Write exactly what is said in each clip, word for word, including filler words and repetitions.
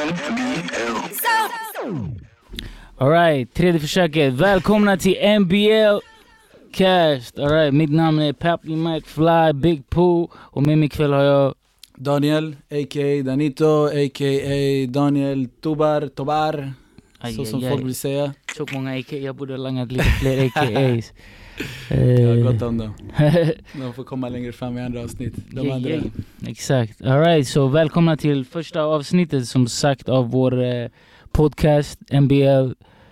All right, tredje försöket. Välkomna till N B L Cast. All right, mitt namn är Papi McFly, Big Pooh. Och med mig kväll har jag Daniel, a k a. Danito, a k a. Daniel Tobar, Tobar. Aj, så aj, som aj. folk vill säga. Så många A K A. Jag borde ha langat lite fler A K As. Jag har gått om dem. De får komma längre fram i andra avsnitt. De yeah, andra. yeah. Exakt. All right, så välkomna till första avsnittet som sagt av vår eh, podcast N B L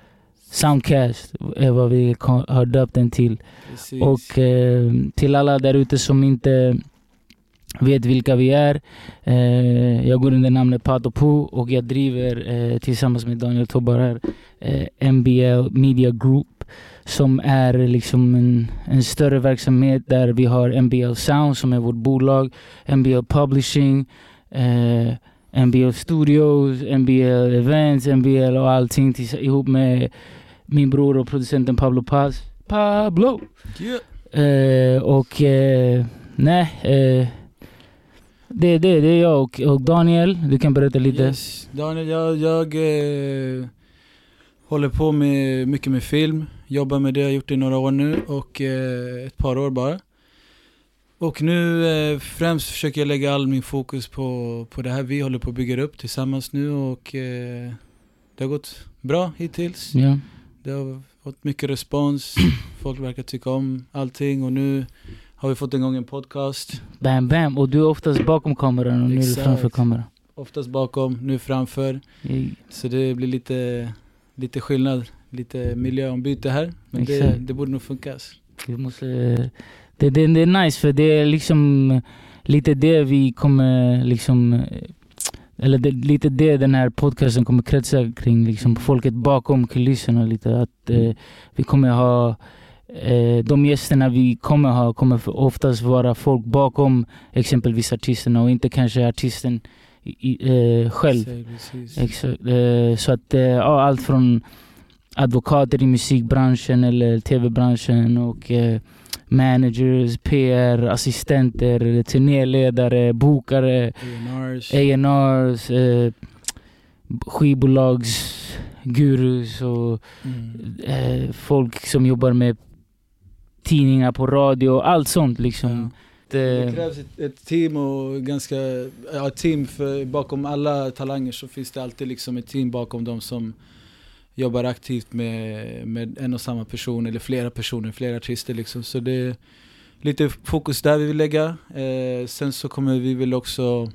Soundcast är vad vi har döpt den till. Precis. Och eh, till alla där ute som inte vet vilka vi är. Eh, jag går under namnet Pat och Pooh och jag driver eh, tillsammans med Daniel Tobar här eh, N B L Media Group som är liksom en, en större verksamhet där vi har N B L Sound som är vårt bolag, N B L Publishing, eh, N B L Studios, N B L Events, N B L och allting tills, ihop med min bror och producenten Pablo Paz. Pablo! Yeah. Eh, och eh, nej, eh, det, det, det är jag och, och Daniel. Du kan berätta lite. Yes. Daniel, jag, jag eh, håller på med mycket med film. Jobbar med det, jag har gjort det i några år nu. Och eh, ett par år bara. Och nu eh, främst försöker jag lägga all min fokus på, på det här vi håller på att bygga upp tillsammans nu. Och eh, det har gått bra hittills. Ja. Det har fått mycket respons. Folk verkar tycka om allting. Och nu har vi fått en gång en podcast. Bam, bam. Och du är oftast bakom kameran och nu är du framför kameran. Oftast bakom, nu framför. Yeah. Så det blir lite, lite skillnad. Lite miljöombyte här. Men det, det borde nog funka. Vi måste, det, det, det är nice för det är liksom lite det vi kommer liksom... Eller det, lite det den här podcasten kommer kretsa kring. Liksom folket bakom kulisserna lite. Att eh, vi kommer ha... Eh, de gästerna vi kommer ha kommer för oftast vara folk bakom exempelvis artisterna och inte kanske artisten i, eh, själv. Exakt. Eh, så att eh, ja, allt från advokater i musikbranschen eller tv-branschen och eh, managers, P R, assistenter, turnéledare, bokare, A and Rs, eh, skivbolagsgurus och mm. eh, folk som jobbar med tidningar på radio och allt sånt liksom. Ja. Det, det krävs ett, ett team och ganska ja, team för bakom alla talanger så finns det alltid liksom ett team bakom dem som jobbar aktivt med, med en och samma person eller flera personer, flera artister liksom. Så det är lite fokus där vi vill lägga. Eh, sen så kommer vi väl också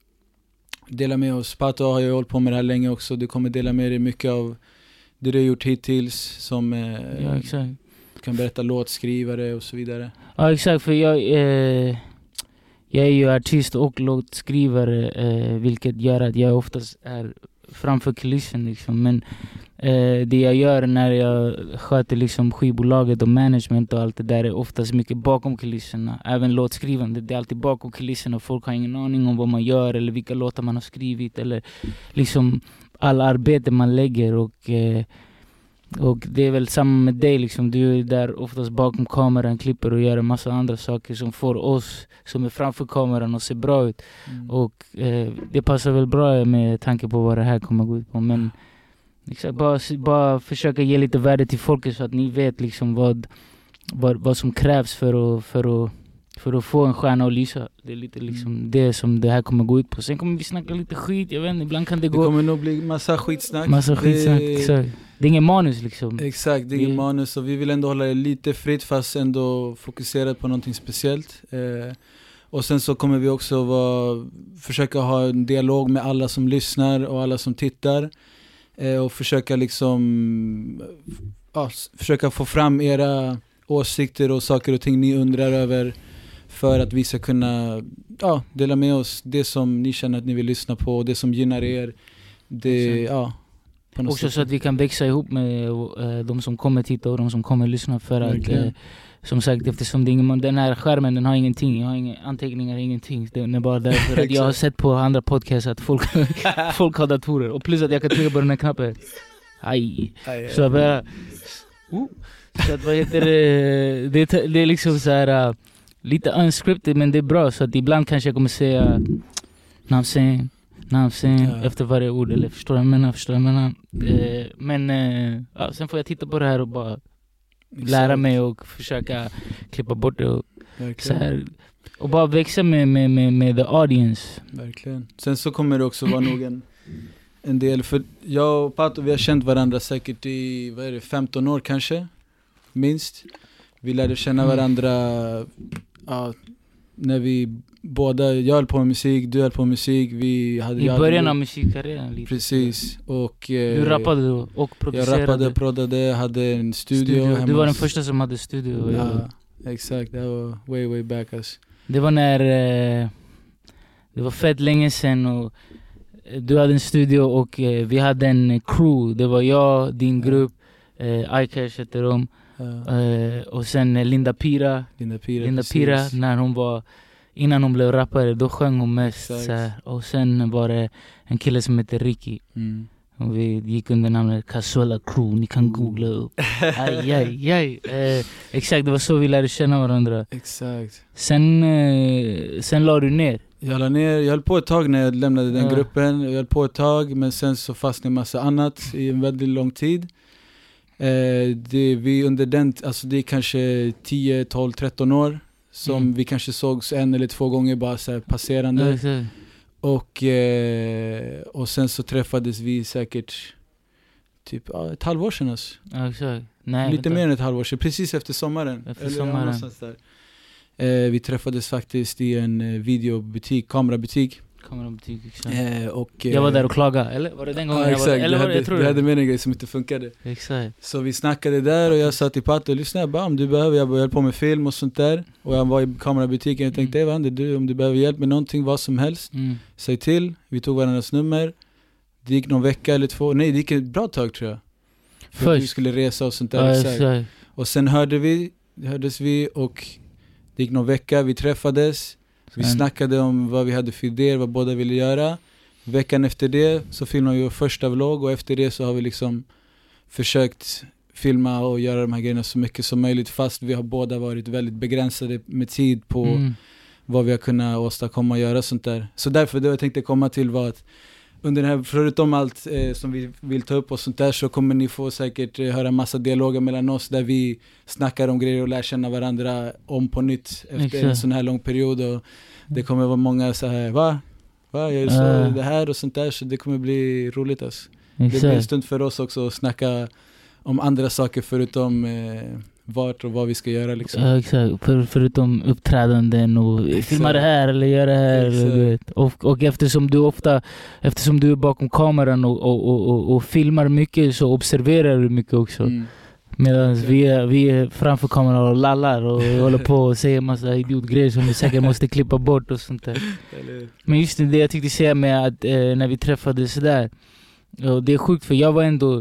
dela med oss. Pato har ju hållit på med det här länge också. Du kommer dela med dig mycket av det du har gjort hittills som eh, ja, exakt. kan berätta låtskrivare och så vidare. Ja, exakt. För jag, eh, jag är ju artist och låtskrivare eh, vilket gör att jag oftast är framför kulissen liksom. Men eh, det jag gör när jag sköter liksom skivbolaget och management och allt det där är oftast mycket bakom kulisserna. Även låtskrivande, det är alltid bakom kulisserna. Folk har ingen aning om vad man gör eller vilka låtar man har skrivit eller liksom all arbete man lägger och eh, och det är väl samma med dig liksom. Du är där oftast bakom kameran, klipper och gör en massa andra saker som får oss som är framför kameran att se bra ut. Mm. Och eh, det passar väl bra med tanke på vad det här kommer gå ut på. Men exakt, bara, bara försöka ge lite värde till folket så att ni vet liksom vad, vad, vad som krävs för att, för, att, för att få en stjärna att lysa. Det är lite liksom mm. det som det här kommer gå ut på. Sen kommer vi snacka lite skit, jag vet inte, ibland kan det, det gå... Det kommer nog bli massa skitsnack. Massa skitsnack, det... exakt. Det är ingen manus liksom. Exakt, det är ingen det... manus och vi vill ändå hålla det lite fritt fast ändå fokuserat på någonting speciellt. Eh, och sen så kommer vi också vara, försöka ha en dialog med alla som lyssnar och alla som tittar. Eh, och försöka liksom ja, försöka få fram era åsikter och saker och ting ni undrar över för att vi ska kunna ja, dela med oss det som ni känner att ni vill lyssna på och det som gynnar er. Det, ja, också sätt. Så att vi kan växa ihop med äh, de som kommer titta och de som kommer lyssna för att äh, som sagt, eftersom det är ingen, den här skärmen den har ingenting, jag har inga anteckningar, ingenting. Den är bara därför att jag har sett på andra podcasts att folk, folk har datorer och plus att jag kan trycka på den här knappen. Aj. Aj så jag bara uh, så att vad heter det, det, det är liksom så här uh, lite unscripted men det är bra så att ibland kanske jag kommer säga know what I'm saying? Know know what I'm saying? Ja. Efter varje ord, eller förstår jag menar, förstår jag menar. Eh, men eh, ja, sen får jag titta på det här och bara Exakt. lära mig och försöka klippa bort det och Verkligen. så här, och bara växa med, med, med, med the audience. Verkligen. Sen så kommer det också vara nog en, en del, för jag och Pato, vi har känt varandra säkert i, vad är det, femton år kanske, minst. Vi lärde känna varandra ja, när vi båda, jag höll på med musik, du höll på med musik, vi hade, I jag början hade, av musikkarriären lite. precis, och eh, Du rappade då och jag producerade. rappade, proddade, hade en studio, studio. hemma Du var den hos- första som hade studio. Ja, exakt, det var way way back alltså. Det var när eh, det var fett länge sedan och eh, du hade en studio och eh, vi hade en crew. Det var jag, din grupp, eh, iCash heter de, Ja, eh, och sen eh, Linda Pira. Linda Pira, Linda precis. Pira, när hon var, innan hon blev rappare, då sjöng hon mest Exakt. så här. Och sen var det en kille som heter Ricky. Mm. Och vi gick under namnet Casuella Crew, ni kan googla upp. Aj, aj, aj. Eh, exakt, det var så vi lärde känna varandra. Exakt. Sen, eh, sen la du ner. Jag la ner, jag höll på ett tag när jag lämnade den Ja. gruppen. Jag höll på ett tag, men sen så fastnade en massa annat i en väldigt lång tid. Eh, det, vi under den, alltså det är kanske tio, tolv, tretton år som Mm. vi kanske sågs en eller två gånger bara så här passerande. Ja, exakt. Och, eh, och sen så träffades vi säkert typ ja, ett halvår sedan alltså. Ja, exakt. Nej, Lite vänta. mer än ett halvår sedan, precis efter sommaren. Efter Eller, sommaren. Ja, någonstans där. Eh, vi träffades faktiskt i en eh, videobutik, kamerabutik. Kamerabutik, exakt. Eh, och, eh, Jag var där och klagade, eller? Var det den gången Ja, jag var exakt. där? Eller du var det, hade, jag tror du det. hade med en grej som inte funkade. Exakt. Så vi snackade där och jag sa till Pato, lyssna jag bara, om du behöver, jag höll på med film och sånt där. Och jag var i kamerabutiken och tänkte, mm. du, om du behöver hjälp med någonting, vad som helst, Mm. säg till. Vi tog varandras nummer. Det gick någon vecka eller två, nej det gick ett bra tag tror jag. För att vi Först. skulle resa och sånt där. Ja, exakt. exakt. Och sen hörde vi, hördes vi och det gick någon vecka, vi träffades. Vi Sen- snackade om vad vi hade för idéer, vad båda ville göra. Veckan efter det så filmade vi vår första vlogg och efter det så har vi liksom försökt filma och göra de här grejerna så mycket som möjligt, fast vi har båda varit väldigt begränsade med tid på Mm. vad vi har kunnat åstadkomma och göra sånt där. Så därför det jag tänkte komma till var att under den här, förutom allt eh, som vi vill ta upp och sånt där, så kommer ni få säkert eh, höra massa dialoger mellan oss där vi snackar om grejer och lär känna varandra om på nytt efter Exakt. en sån här lång period. Och det kommer vara många så här, va? Va? Jag är så, Ja. det här och sånt där, så det kommer bli roligt alltså. Det blir en Exakt. stund för oss också att snacka om andra saker förutom eh, vart och vad vi ska göra liksom. Ja, exakt. För, förutom uppträdanden och Exakt. filma det här eller göra det här. Exakt. Du vet. Och, och eftersom du ofta, eftersom du är bakom kameran och, och, och, och, och filmar mycket, så observerar du mycket också. Mm. Medan Exakt. vi, är, vi är framför kameran och lallar och håller på och säger massa idiotgrejer som vi säkert måste klippa bort och sånt där. Eller, Men just det jag tänkte säga med att eh, när vi träffades där, och det är sjukt för jag var ändå,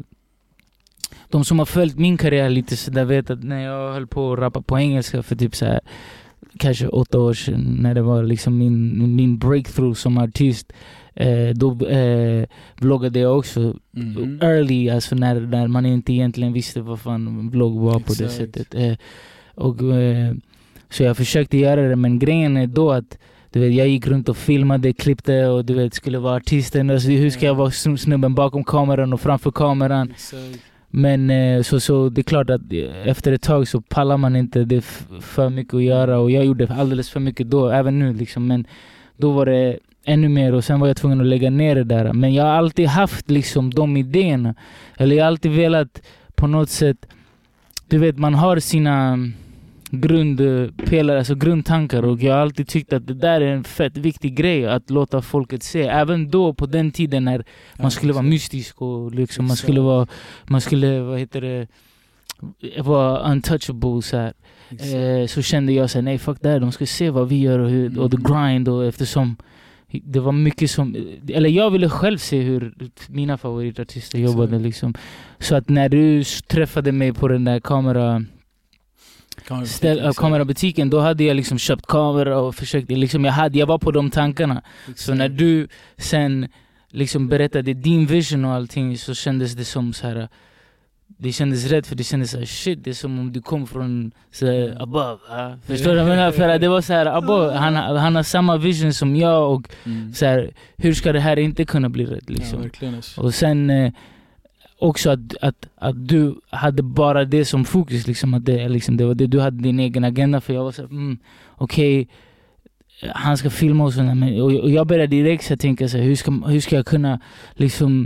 de som har följt min karriär lite så där vet att när jag höll på att rappa på engelska för typ så här kanske åtta år sedan, när det var liksom min, min breakthrough som artist, eh, då eh, vloggade jag också mm. early, alltså när, när man inte egentligen visste vad fan en vlogg var på det Exakt. sättet. Eh, och, eh, så jag försökte göra det, men grejen är då att du vet, jag gick runt och filmade, klippte och du vet, skulle vara artisten. Alltså, hur ska jag vara sn- snubben bakom kameran och framför kameran? Exakt. Men eh, så, så det är klart att eh, efter ett tag så pallar man inte, det är f- för mycket att göra och jag gjorde alldeles för mycket då, även nu liksom, men då var det ännu mer och sen var jag tvungen att lägga ner det där. Men jag har alltid haft liksom de idéerna, eller jag har alltid velat på något sätt, du vet, man har sina grundpelare, alltså grundtankar, och jag har alltid tyckt att det där är en fett viktig grej att låta folket se, även då på den tiden när man skulle vara mystisk och liksom man skulle vara, man skulle, vad heter det, vara untouchable så här. Eh, så kände jag så här, nej fuck det här, de ska se vad vi gör och, hur, och the grind, och eftersom det var mycket som, eller jag ville själv se hur mina favoritartister jobbade liksom. Så att när du träffade mig på den där kamera Ställ, äh, kamerabutiken, då hade jag liksom köpt kamera och försökte liksom, jag, hade, jag var på de tankarna. Exakt. Så när du sen liksom berättade din vision och allting, så kändes det som så här, det kändes rätt, för det kändes så här, shit, det är som om du kom från så här, above, ha? Förstår du vad jag menar? För att det var så här, above, han, han har samma vision som jag, och Mm. så här, hur ska det här inte kunna bli rätt liksom? Ja, verkligen. Alltså. Och sen eh, också att, att, att du hade bara det som fokus liksom, att det, liksom, det var det, du hade din egen agenda, för jag var så här, mm, okej, okay, han ska filma och sådär, men, och, och jag började direkt så tänka så här, hur ska, hur ska jag kunna liksom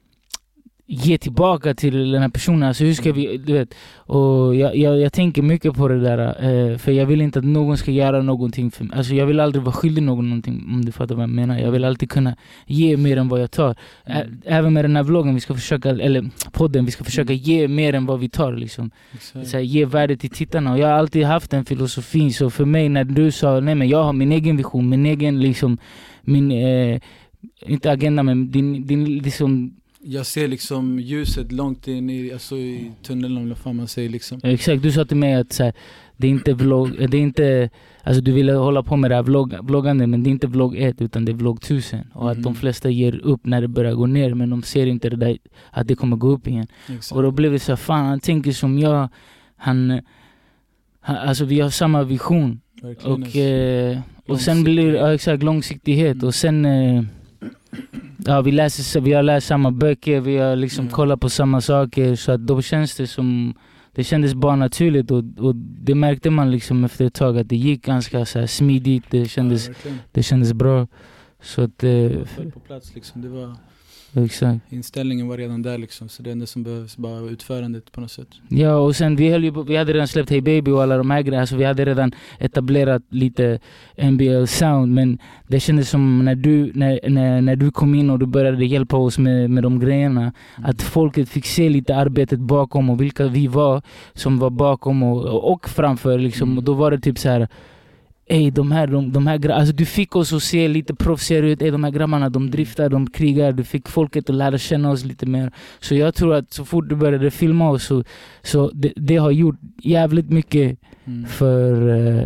ge tillbaka till den här personen, alltså hur ska vi, du vet, och jag, jag, jag tänker mycket på det där, eh, för jag vill inte att någon ska göra någonting för mig, alltså jag vill aldrig vara skyldig någon någonting, om du fattar vad jag menar. Jag vill alltid kunna ge mer än vad jag tar. Ä- Mm. även med den här vloggen, vi ska försöka, eller podden, vi ska försöka ge mer än vad vi tar liksom. Exakt. Så här, ge värde till tittarna, och jag har alltid haft den filosofin, så för mig när du sa, nej men jag har min egen vision, min egen liksom, min, eh, inte agenda, men din, din liksom. Jag ser liksom ljuset långt in i, alltså i tunneln, om vad fan man säger liksom. Exakt, du sa till mig att så här, det är inte vlogg, det är inte, alltså du ville hålla på med det här vlogg, vloggande, men det är inte vlogg ett utan det är vlogg tusen, och att Mm. de flesta ger upp när det börjar gå ner, men de ser inte det där, att det kommer gå upp igen. Exakt. Och då blev det så här, fan, han tänker som jag, han, han alltså vi har samma vision. Verkligen, Och, alltså. eh, och sen blir det, ja, exakt, långsiktighet. Mm. Och sen, eh, ja, vi, läser, vi har läst samma böcker, vi har liksom Mm. kollat på samma saker, så att då känns det som, det kändes bara naturligt, och, och det märkte man liksom efter ett tag, att det gick ganska så här smidigt, det kändes, Ja, verkligen. det kändes bra. Så att, eh, Det föll på plats liksom. Det var, exakt. inställningen var redan där liksom, så det enda som behövs bara var utförandet på något sätt. Ja, och sen vi höll ju på, vi hade redan släppt Hey Baby och alla de här grejerna, så vi hade redan etablerat lite N B L sound, men det kändes som när du, när, när, när du kom in och du började hjälpa oss med, med de grejerna, Mm. att folket fick se lite arbetet bakom och vilka vi var som var bakom och, och framför liksom, Mm. och då var det typ så här. Ey, de här, de, de här gra- alltså du fick oss att se lite proffsigare ut. Ey, de här grabbarna, de driftar, de krigar. Du fick folket att lära känna oss lite mer. Så jag tror att så fort du började filma oss, så, så det, det har gjort jävligt mycket Mm. för, eh,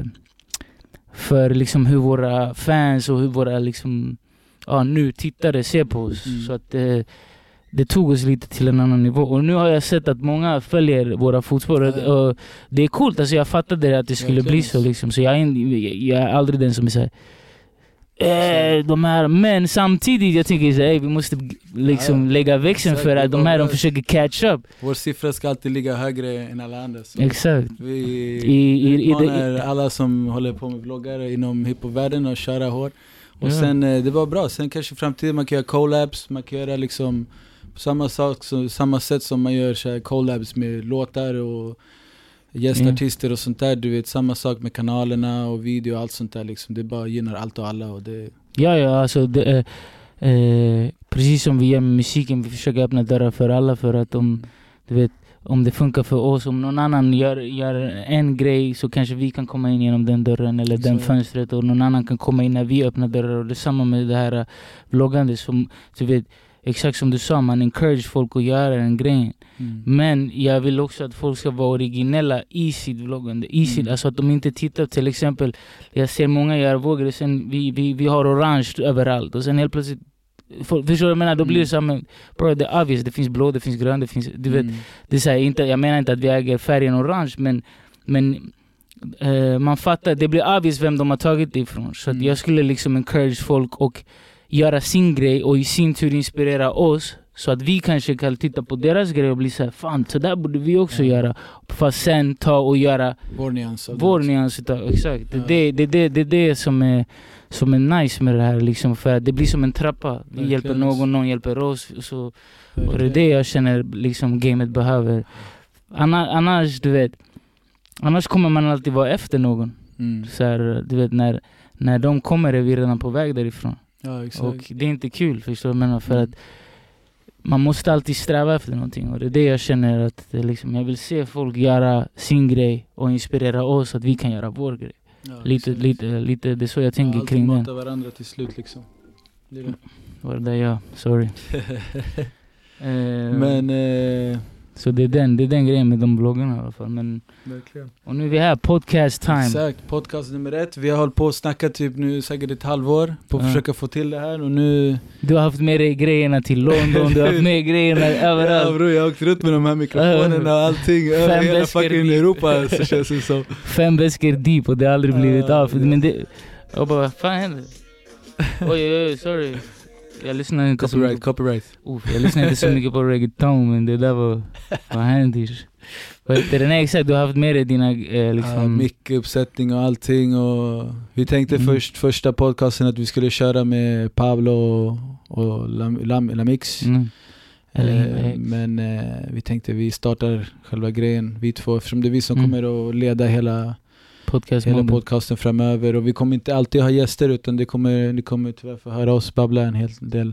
för liksom hur våra fans och hur våra liksom, ja, nu tittare ser på oss. Mm. Så att eh, det tog oss lite till en annan nivå. Och nu har jag sett att många följer våra fotspår. Ja, ja. Och det är coolt. Alltså jag fattade att det skulle Verkligen. bli så. Liksom. Så jag är, in, jag är aldrig den som är såhär, eh, de här. Men samtidigt jag tänker så här, vi måste liksom Ja, ja. lägga växeln Exakt, för det att de var här de bra. försöker catch up. Vår siffra ska alltid ligga högre än alla andra. Så Exakt. vi I- i- i- utmanar alla som håller på med vloggare inom hiphopvärlden och köra hårt. Och Ja. sen, eh, det var bra. Sen kanske i framtiden man kan göra collabs, man kan göra liksom på samma, sak, så, samma sätt som man gör så här, collabs med låtar och gästartister och sånt där. Du vet, samma sak med kanalerna och video och allt sånt där liksom. Det bara gynnar allt och alla och det... Ja, ja, alltså det, eh, eh, precis som vi gör med musiken, vi försöker öppna dörrar för alla, för att om, du vet, om det funkar för oss, om någon annan gör, gör en grej, så kanske vi kan komma in genom den dörren eller den Så. fönstret, och någon annan kan komma in när vi öppnar dörrar. Och det är samma med det här uh, vloggandet, som du vet, exakt som du sa, man encourage folk att göra den grejen. Mm. Men jag vill också att folk ska vara originella i sitt vloggande, i sitt, Mm. alltså att de inte tittar, till exempel, jag ser många göra vloggar, sen vi, vi, vi har orange överallt, och sen helt plötsligt, folk, förstår du vad jag menar? Då blir det så här, men bro, det är obvious, det finns blå, det finns grön, det finns, du vet, Mm. det är så här, inte, jag menar inte att vi äger färgen orange, men, men eh, man fattar, det blir obvious vem de har tagit det ifrån. Så att Mm. jag skulle liksom encourage folk och göra sin grej och i sin tur inspirera oss, så att vi kanske kan titta på deras grej och bli så här, fan, så där borde vi också Ja. göra. Fast sen ta och göra Vår nyans. av vår det. nyans utav, exakt. Det är Ja. det, det, det, det, det som är som är nice med det här liksom, för att det blir som en trappa. Vi Verkligen. hjälper någon, någon hjälper oss, så, och det är Verkligen. det jag känner liksom gamet behöver. Annars, annars, du vet, annars kommer man alltid vara efter någon. Mm. Så här, du vet, när, när de kommer är vi redan på väg därifrån. Ja, exakt. Och det är inte kul, förstår du vad jag menar? För Mm. att man måste alltid sträva efter någonting. Och det är det jag känner, att det liksom, jag vill se folk göra sin grej och inspirera oss att vi kan göra vår grej. Ja, Lite, exakt. lite, lite, det är så jag tänker ja, kring alltid den. mata varandra till slut liksom. Det är det. Var det där jag, sorry. Eh, Men eh, Så det är den, det är den grejen med de bloggarna i alla fall. Men, verkligen. Och nu är vi här, podcast time. Exakt, podcast nummer ett. Vi har hållit på att snacka typ nu säkert ett halvår på att Ja. försöka få till det här och nu... Du har haft med dig grejerna till London, du har haft med grejerna överallt. Ja bro, jag har åkt runt med de här mikrofonerna och allting över Fem hela väskor fucking dit. Europa så känns det som. Fem väskor deep och det har aldrig blivit Ja, av. det- Men det... Jag bara, vad fan händer? Oj, oj, oj, sorry. Jag lyssnar inte så Copyright, mycket. copyright. Uff, jag lyssnar inte så mycket på reggaeton, men det där var... Vad händer? Vad heter det? Nej, exakt, du har haft med dig dina eh, liksom... Ja, mic-uppsättning och allting och vi tänkte Mm. först, första podcasten att vi skulle köra med Pablo och, och Lam, Lam, Lamix. Mm. Eller, Eh, eh, men eh, vi tänkte vi startar själva grejen, vi två, eftersom det är vi som Mm. kommer att leda hela, podcast hela moment. podcasten framöver. Och vi kommer inte alltid ha gäster utan det kommer, ni kommer tyvärr få höra oss babbla en hel del.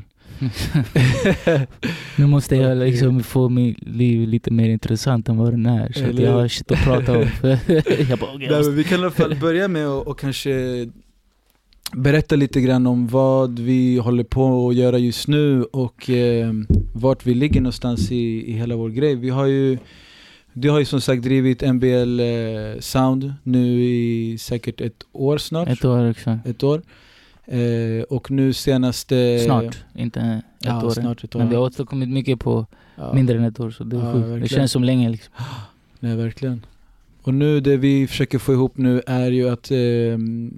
Nu måste jag Och, liksom få mitt liv lite mer intressant än vad den är. Så att Eller jag hur? har shit att prata om. Jag bara, okay, jag Nej, måste... men vi kan i alla fall börja med att och kanske berätta lite grann om vad vi håller på att göra just nu och eh, vart vi ligger någonstans i, i hela vår grej. Vi har ju, du har ju som sagt drivit N B L eh, Sound nu i säkert ett år snart. Ett år också. Ett år. Eh, och nu senaste... Snart, inte ett ja, år. snart ett år. Men vi har återkommit mycket på ja. mindre än ett år. Så det är Ja, sjukt. Det verkligen. känns som länge liksom. Nej, verkligen. Och nu det vi försöker få ihop nu är ju att eh,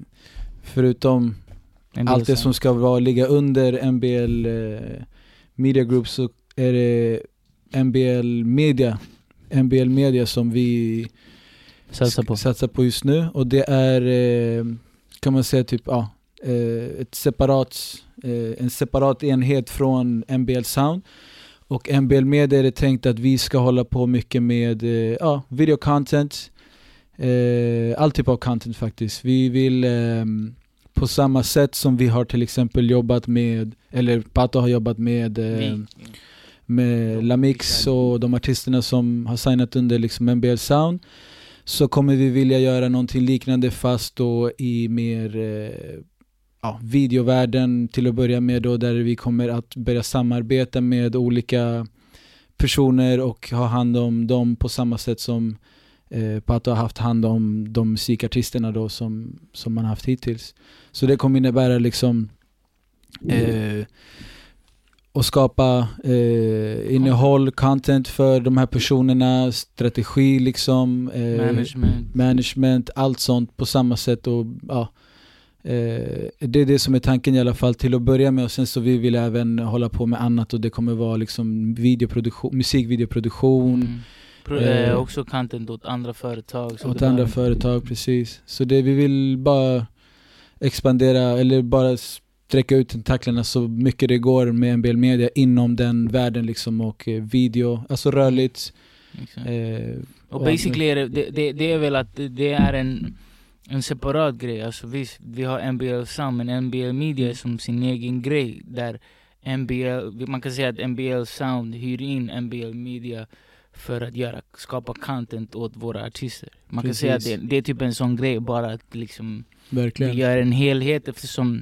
förutom En del allt det så. som ska vara, ligga under N B L eh, Media Group så är det N B L Media N B L Media som vi Satsa på. sk- satsar på just nu. Och det är eh, kan man säga typ ja, eh, ett separat, eh, en separat enhet från N B L Sound. Och N B L Media är det tänkt att vi ska hålla på mycket med eh, ja, video content. Eh, all typ av content faktiskt. Vi vill eh, på samma sätt som vi har till exempel jobbat med, eller Pato har jobbat med eh, Vi. med Lamix och de artisterna som har signat under liksom N B L Sound, så kommer vi vilja göra någonting liknande fast då i mer eh, ja, videovärlden till att börja med då, där vi kommer att börja samarbeta med olika personer och ha hand om dem på samma sätt som eh, Pato har haft hand om de musikartisterna då som, som man har haft hittills. Så det kommer innebära liksom eh, och skapa eh, innehåll, content för de här personerna, strategi liksom, eh, Management. management, allt sånt på samma sätt. Och ja, eh, det är det som är tanken i alla fall till att börja med, och sen så vi vill även hålla på med annat, och det kommer vara liksom videoproduktion, musikvideoproduktion, Mm. Pro- Eh, eh, också content åt andra företag. så åt det andra var- företag, precis. Så det vi vill bara expandera eller bara sträcka ut tentaklerna så mycket det går med N B L Media inom den världen liksom, och eh, video, alltså rörligt. Exakt. Eh, Och och basically är det, det, det, det är väl att det, det är en, en separat grej. Alltså visst, vi har N B L Sound, men N B L Media är som sin egen grej. Där N B L, man kan säga att N B L Sound hyr in N B L Media för att göra, skapa content åt våra artister. Man kan Precis. säga att det, det är typ en sån grej, bara att liksom vi verkligen. gör en helhet, eftersom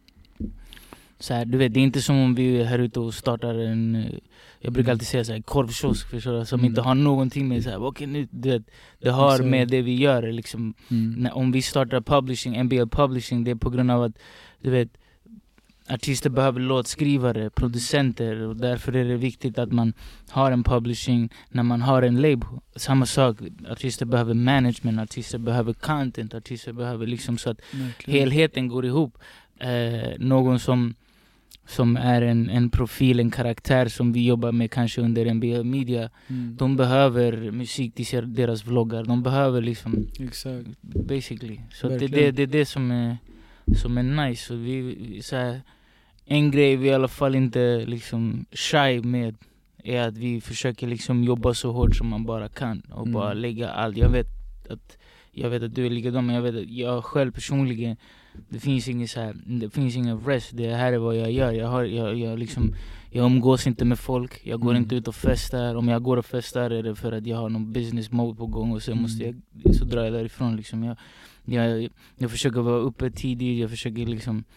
så här, du vet, det är inte som om vi är här ute och startar en, eh, jag brukar alltid säga så här, korvkiosk, förstår du, som Mm. inte har någonting med så här, okej nu, du vet, det har Exakt. med det vi gör liksom. Mm. När, om vi startar publishing, N B L publishing, det är på grund av att, du vet, artister behöver låtskrivare, producenter, och därför är det viktigt att man har en publishing när man har en label. Samma sak, artister behöver management, artister behöver content, artister behöver liksom, så att Verkligen. helheten går ihop. Eh, någon som som är en, en profil, en karaktär som vi jobbar med kanske under N B L Media, Mm. de behöver musik till ser- deras vloggar, de behöver liksom Exakt. basically. Så det, Verkligen. det, det är det som är, som är nice. Så vi, vi- så här, en grej vi i alla fall inte liksom shy med är att vi försöker liksom jobba så hårt som man bara kan och Mm. bara lägga allt. Jag vet att jag vet att du är likadan, men jag vet att jag själv personligen, det finns ingen så här, det finns ingen rest. Det här är vad jag gör. Jag har jag, jag liksom jag umgås inte med folk. Jag går Mm. inte ut och festar. Om jag går och festar är det för att jag har någon business mode på gång, och sen Mm. måste jag, så drar jag därifrån liksom. Jag, jag, jag försöker vara uppe tidigt. Jag försöker liksom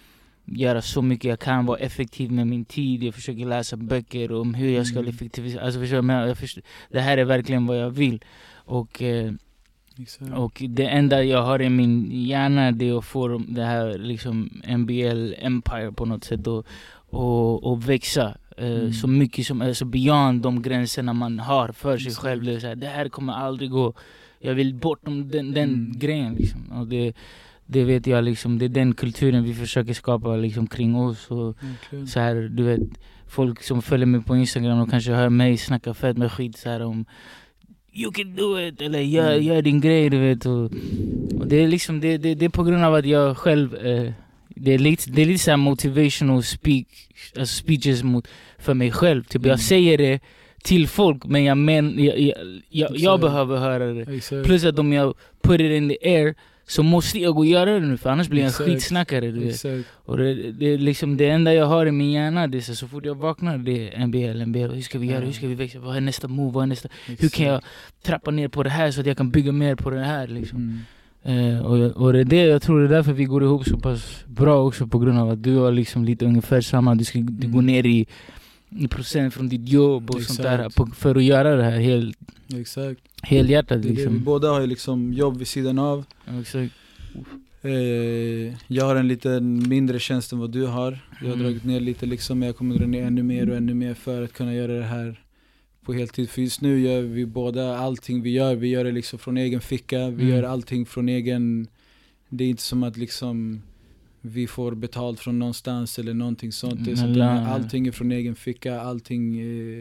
göra så mycket jag kan, vara effektiv med min tid. Jag försöker läsa böcker om hur jag ska Mm. effektivisera. Alltså, förstår, men jag förstår, det här är verkligen vad jag vill. Och, eh, Exakt. och det enda jag har i min hjärna, det är att få det här liksom N B L Empire på något sätt och, och, och växa. Mm. Så mycket som är så beyond de gränserna man har för sig Exakt. själv. Det, är så här, det här kommer aldrig gå. Jag vill bortom den, den Mm. grejen liksom. Och det, det vet jag liksom, det är den kulturen vi försöker skapa liksom kring oss. Och Verkligen. så här, du vet, folk som följer mig på Instagram och kanske hör mig snacka fett med skit så här om you can do it, eller gör, Mm. gör din grej, du vet. Och, och det är liksom, det, det, det är på grund av att jag själv eh, det är lite, det är lite så här motivational speak, alltså speeches mot, för mig själv. Typ Mm. jag säger det till folk, men jag, men, jag, jag, jag, jag behöver höra det. Exakt. Plus att om jag put it in the air så måste jag gå och göra det nu, för annars blir jag en Exakt. skitsnackare, du vet. Exakt. Och det, det är liksom det enda jag har i min hjärna, det är så, så fort jag vaknar, det är N B L, N B L, hur ska vi göra, hur ska vi växa, vad är nästa move, vad är nästa, hur kan jag trappa ner på det här så att jag kan bygga mer på det här liksom. Mm. Eh, och, och det är det, jag tror det är därför vi går ihop så pass bra också, på grund av att du har liksom lite ungefär samma, du, ska, du Mm. går ner i, i procent från ditt jobb och Exakt. sånt där på, för att göra det här helt, Exakt. helhjärtat Det är det. Vi liksom. båda har ju liksom jobb vid sidan av. Ja, exakt. Eh, jag har en lite mindre tjänst än vad du har. Jag har Mm. dragit ner lite liksom, men jag kommer dra ner ännu mer och ännu mer för att kunna göra det här på heltid. För just nu gör vi båda allting vi gör. Vi gör det liksom från egen ficka. Vi Mm. gör allting från egen... Det är inte som att liksom vi får betalt från någonstans eller någonting sånt. Det är sånt där, allting är från egen ficka. Allting eh,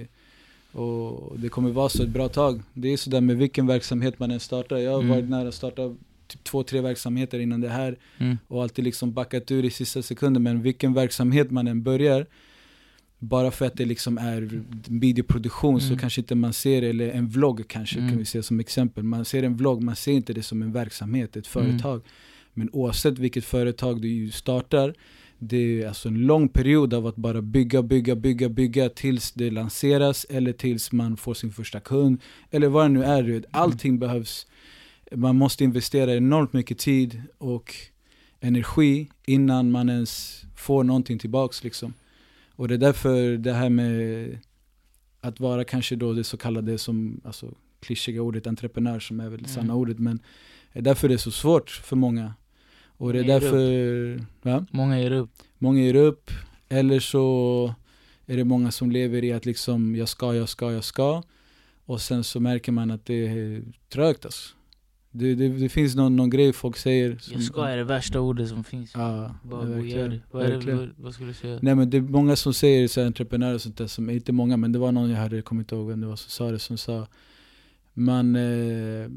och det kommer vara så ett bra tag. Det är sådär med vilken verksamhet man än startar. Jag har Mm. varit nära att starta typ två, tre verksamheter innan det här. Mm. Och alltid liksom backat ur i sista sekunden. Men vilken verksamhet man än börjar, bara för att det liksom är videoproduktion Mm. så kanske inte man ser det, eller en vlogg kanske Mm. kan vi se som exempel. Man ser en vlogg, man ser inte det som en verksamhet, ett företag. Mm. Men oavsett vilket företag du startar, det är alltså en lång period av att bara bygga, bygga, bygga, bygga tills det lanseras eller tills man får sin första kund. Eller vad det nu är, du vet. Allting mm. behövs. Man måste investera enormt mycket tid och energi innan man ens får någonting tillbaks liksom. Och det är därför det här med att vara kanske då det så kallade som, alltså klyschiga ordet entreprenör som är väl det sanna Mm. ordet, men det är därför det är så svårt för många. Och det är Många ger därför ja, Många ger upp. många ger upp, eller så är det många som lever i att liksom jag ska, jag ska, jag ska, och sen så märker man att det är trögt alltså. Det, det, det finns någon, någon grej folk säger som, Jag ska är det värsta ordet som finns. ja, Bara gå och verkligen, gör det. Vad, är det verkligen. vad, vad skulle du säga? Nej, men det är många som säger så här, entreprenörer och sånt där, som inte många, men det var någon jag hörde, jag kommer inte ihåg vem det var som sa det, som sa man eh,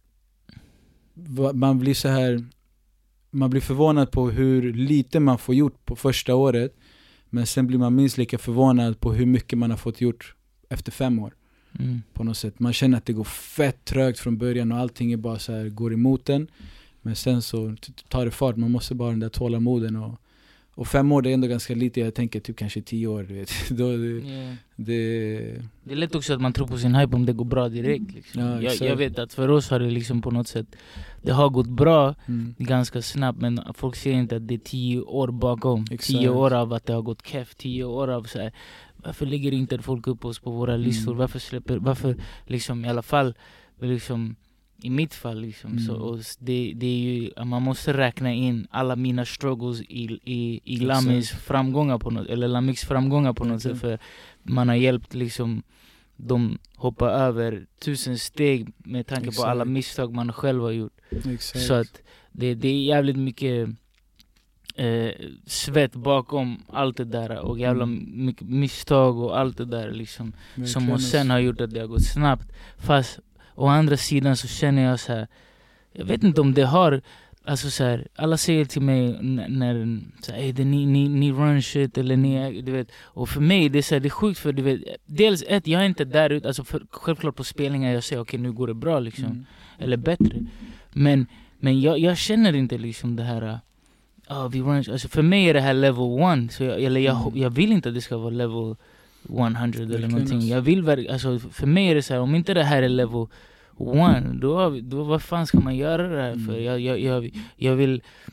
va, man blir så här, man blir förvånad på hur lite man får gjort på första året, men sen blir man minst lika förvånad på hur mycket man har fått gjort efter fem år. Mm. På något sätt. Man känner att det går fett trögt från början och allting är bara så här, går emot en. Men sen så t- tar det fart. Man måste bara ha den där tålamoden. Och, och fem år, det är ändå ganska lite. Jag tänker typ kanske tio år. Du vet. Då det, Yeah. det, Det är lätt också att man tror på sin hype om det går bra direkt liksom. Ja, jag, exakt. jag vet att för oss har det liksom på något sätt, det har gått bra mm, ganska snabbt, men folk ser inte att det är tio år bakom. Exakt. Tio år av att det har gått keff, tio år av så här. Varför lägger inte folk upp oss på våra listor? Mm. Varför släpper, varför liksom i alla fall liksom i mitt fall liksom, Mm. så, och det, det är ju, man måste räkna in alla mina struggles i, i, i Exakt. Lamis framgångar på något, eller Lamix framgångar på något Verkligen. sätt, för man har hjälpt liksom de hoppa över tusen steg med tanke Exakt. på alla misstag man själv har gjort. exakt. Så att det, det är jävligt mycket eh, svett bakom allt det där och jävla Mm. mycket misstag och allt det där liksom, som Verkligen, och sen alltså. har gjort att det har gått snabbt. Fast å andra sidan så känner jag så här, jag vet inte om det har, alltså så här, alla säger till mig n- när så här, "Ey, det, ni, ni, ni run shit eller ni är", du vet, och för mig det är så här, det är sjukt, för du vet, dels ett, jag är inte där ute, alltså för, självklart på spelningar jag säger okej, nu går det bra liksom, Mm. eller bättre, men, men jag, jag känner inte liksom det här, oh, vi run, alltså för mig är det här level one, så jag, eller jag, Mm. jag vill inte att det ska vara level hundra eller Verkligen, någonting. alltså. Jag vill verk, alltså för mig är det så här, om inte det här är level one, då, har vi- då vad fan ska man göra det här för? Mm. Jag, jag, jag, jag vill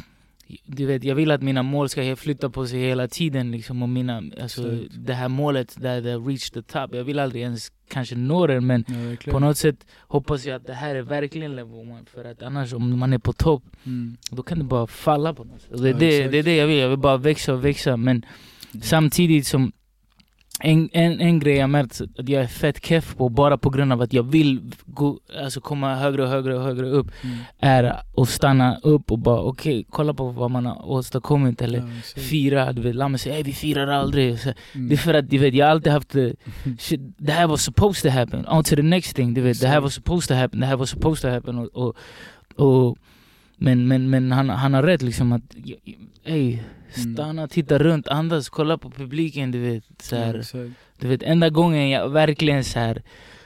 du vet, jag vill att mina mål ska flytta på sig hela tiden liksom, och mina, alltså, det här målet där det reach the top, jag vill aldrig ens kanske nå det, men ja, på något sätt hoppas jag att det här är verkligen level one, för att annars om man är på topp mm. då kan det bara falla på något sätt. Och det, ja, det, det är det jag vill, jag vill bara växa och växa, men mm. samtidigt som En, en, en grej jag märkt att jag är fett keff på, bara på grund av att jag vill gå, alltså komma högre och högre och högre upp, mm. är att stanna upp och bara okej, okay, kolla på vad man har åstadkommit eller ja, fira, du vet, Lamme säger, vi firar aldrig så, mm. det är för att du vet, jag har alltid haft shit, det här var supposed to happen, on to the next thing, du vet, det här var supposed to happen, det här var supposed to happen och, och, och men, men, men han, han har rätt liksom att ey, stanna, mm. titta runt, andas, kolla på publiken, du vet så här, ja, du vet, enda gången jag verkligen så här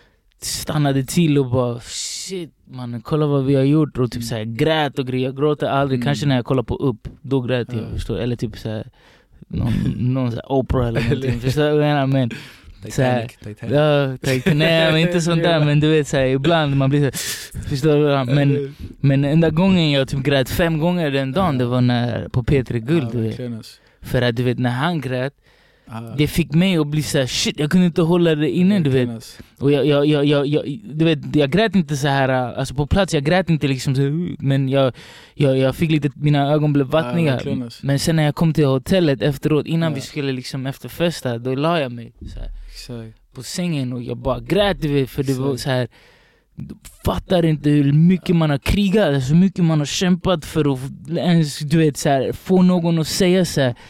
stannade till och bara shit man, kolla vad vi har gjort och typ mm. så här grät och grejer, jag gråter aldrig, mm. kanske när jag kollar på upp, då grät jag, ja. förstår, eller typ så här någon, någon så här Oprah eller någonting, förstår du vad jag menar, men Titanic, Titanic. Ja, Titanic. Nej, men inte sånt där, men du vet så här, ibland man blir så, förstår du, men men enda gången jag typ grät fem gånger den dagen, det var när på P tre Guld, du vet. För att du vet, när han grät, det fick mig att bli så här, shit, jag kunde inte hålla det inne, du vet. Och jag, jag, jag, jag, jag, du vet, jag grät inte så här, alltså på plats, jag grät inte liksom så, men jag, jag, jag fick lite, mina ögon blev vattniga. Ja, men sen när jag kom till hotellet efteråt, innan ja. vi skulle liksom efterfesta, då la jag mig så här, på sängen och jag bara grät, du vet, för det var så här, du fattar inte hur mycket man har krigat, så mycket man har kämpat för att ens, du vet, så här, få någon att säga så här,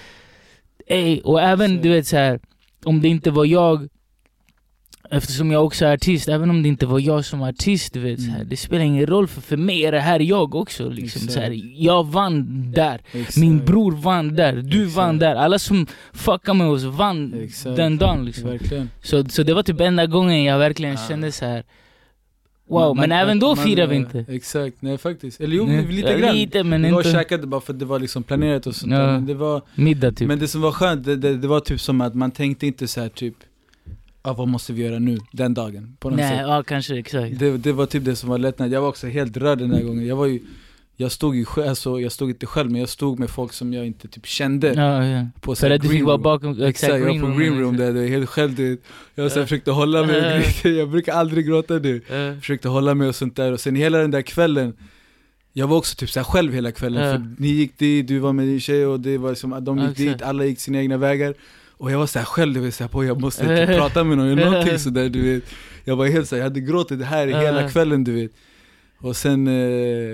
ey, och även du vet så här, om det inte var jag, eftersom jag också är artist, även om det inte var jag som artist, du vet mm. så här, det spelar ingen roll, för för mig är det här jag också liksom, så här, jag vann där, Exakt. min bror vann där, du Exakt. vann där, alla som fuckar med oss vann Exakt. den dagen liksom. så, så det var typ enda gången jag verkligen ah. kände så här. Wow, man, men man, även då man, firar vi inte. Exakt, nej faktiskt. Eller jo, nej, lite grann. Lite, men det var inte käkade bara för att det var liksom planerat och sånt. Ja, men det var middag typ. Men det som var skönt, det, det, det var typ som att man tänkte inte så här typ, ah, vad måste vi göra nu den dagen på något nej, sätt. Ja, kanske exakt. Det, det var typ det som var lättnad. Jag var också helt rörd den där gången. Jag var ju Jag stod ju alltså, jag stod inte själv, men jag stod med folk som jag inte typ kände. Ja, ja. På för att du fick vara bakom exakt, jag var på green room där, det var helt själv. Jag så uh. försökte hålla mig, uh. jag brukar aldrig gråta nu. Uh. Försökte hålla mig och sånt där. Och sen hela den där kvällen, jag var också typ så här själv hela kvällen. Uh. För ni gick dit, du var med din tjej och det var som att de gick uh, dit, alla gick sina egna vägar. Och jag var så här själv, det var så här på, jag måste typ prata med någon eller någonting så där, du vet. Jag var helt så här, jag hade gråtit det här uh. hela kvällen, du vet. Och sen, eh,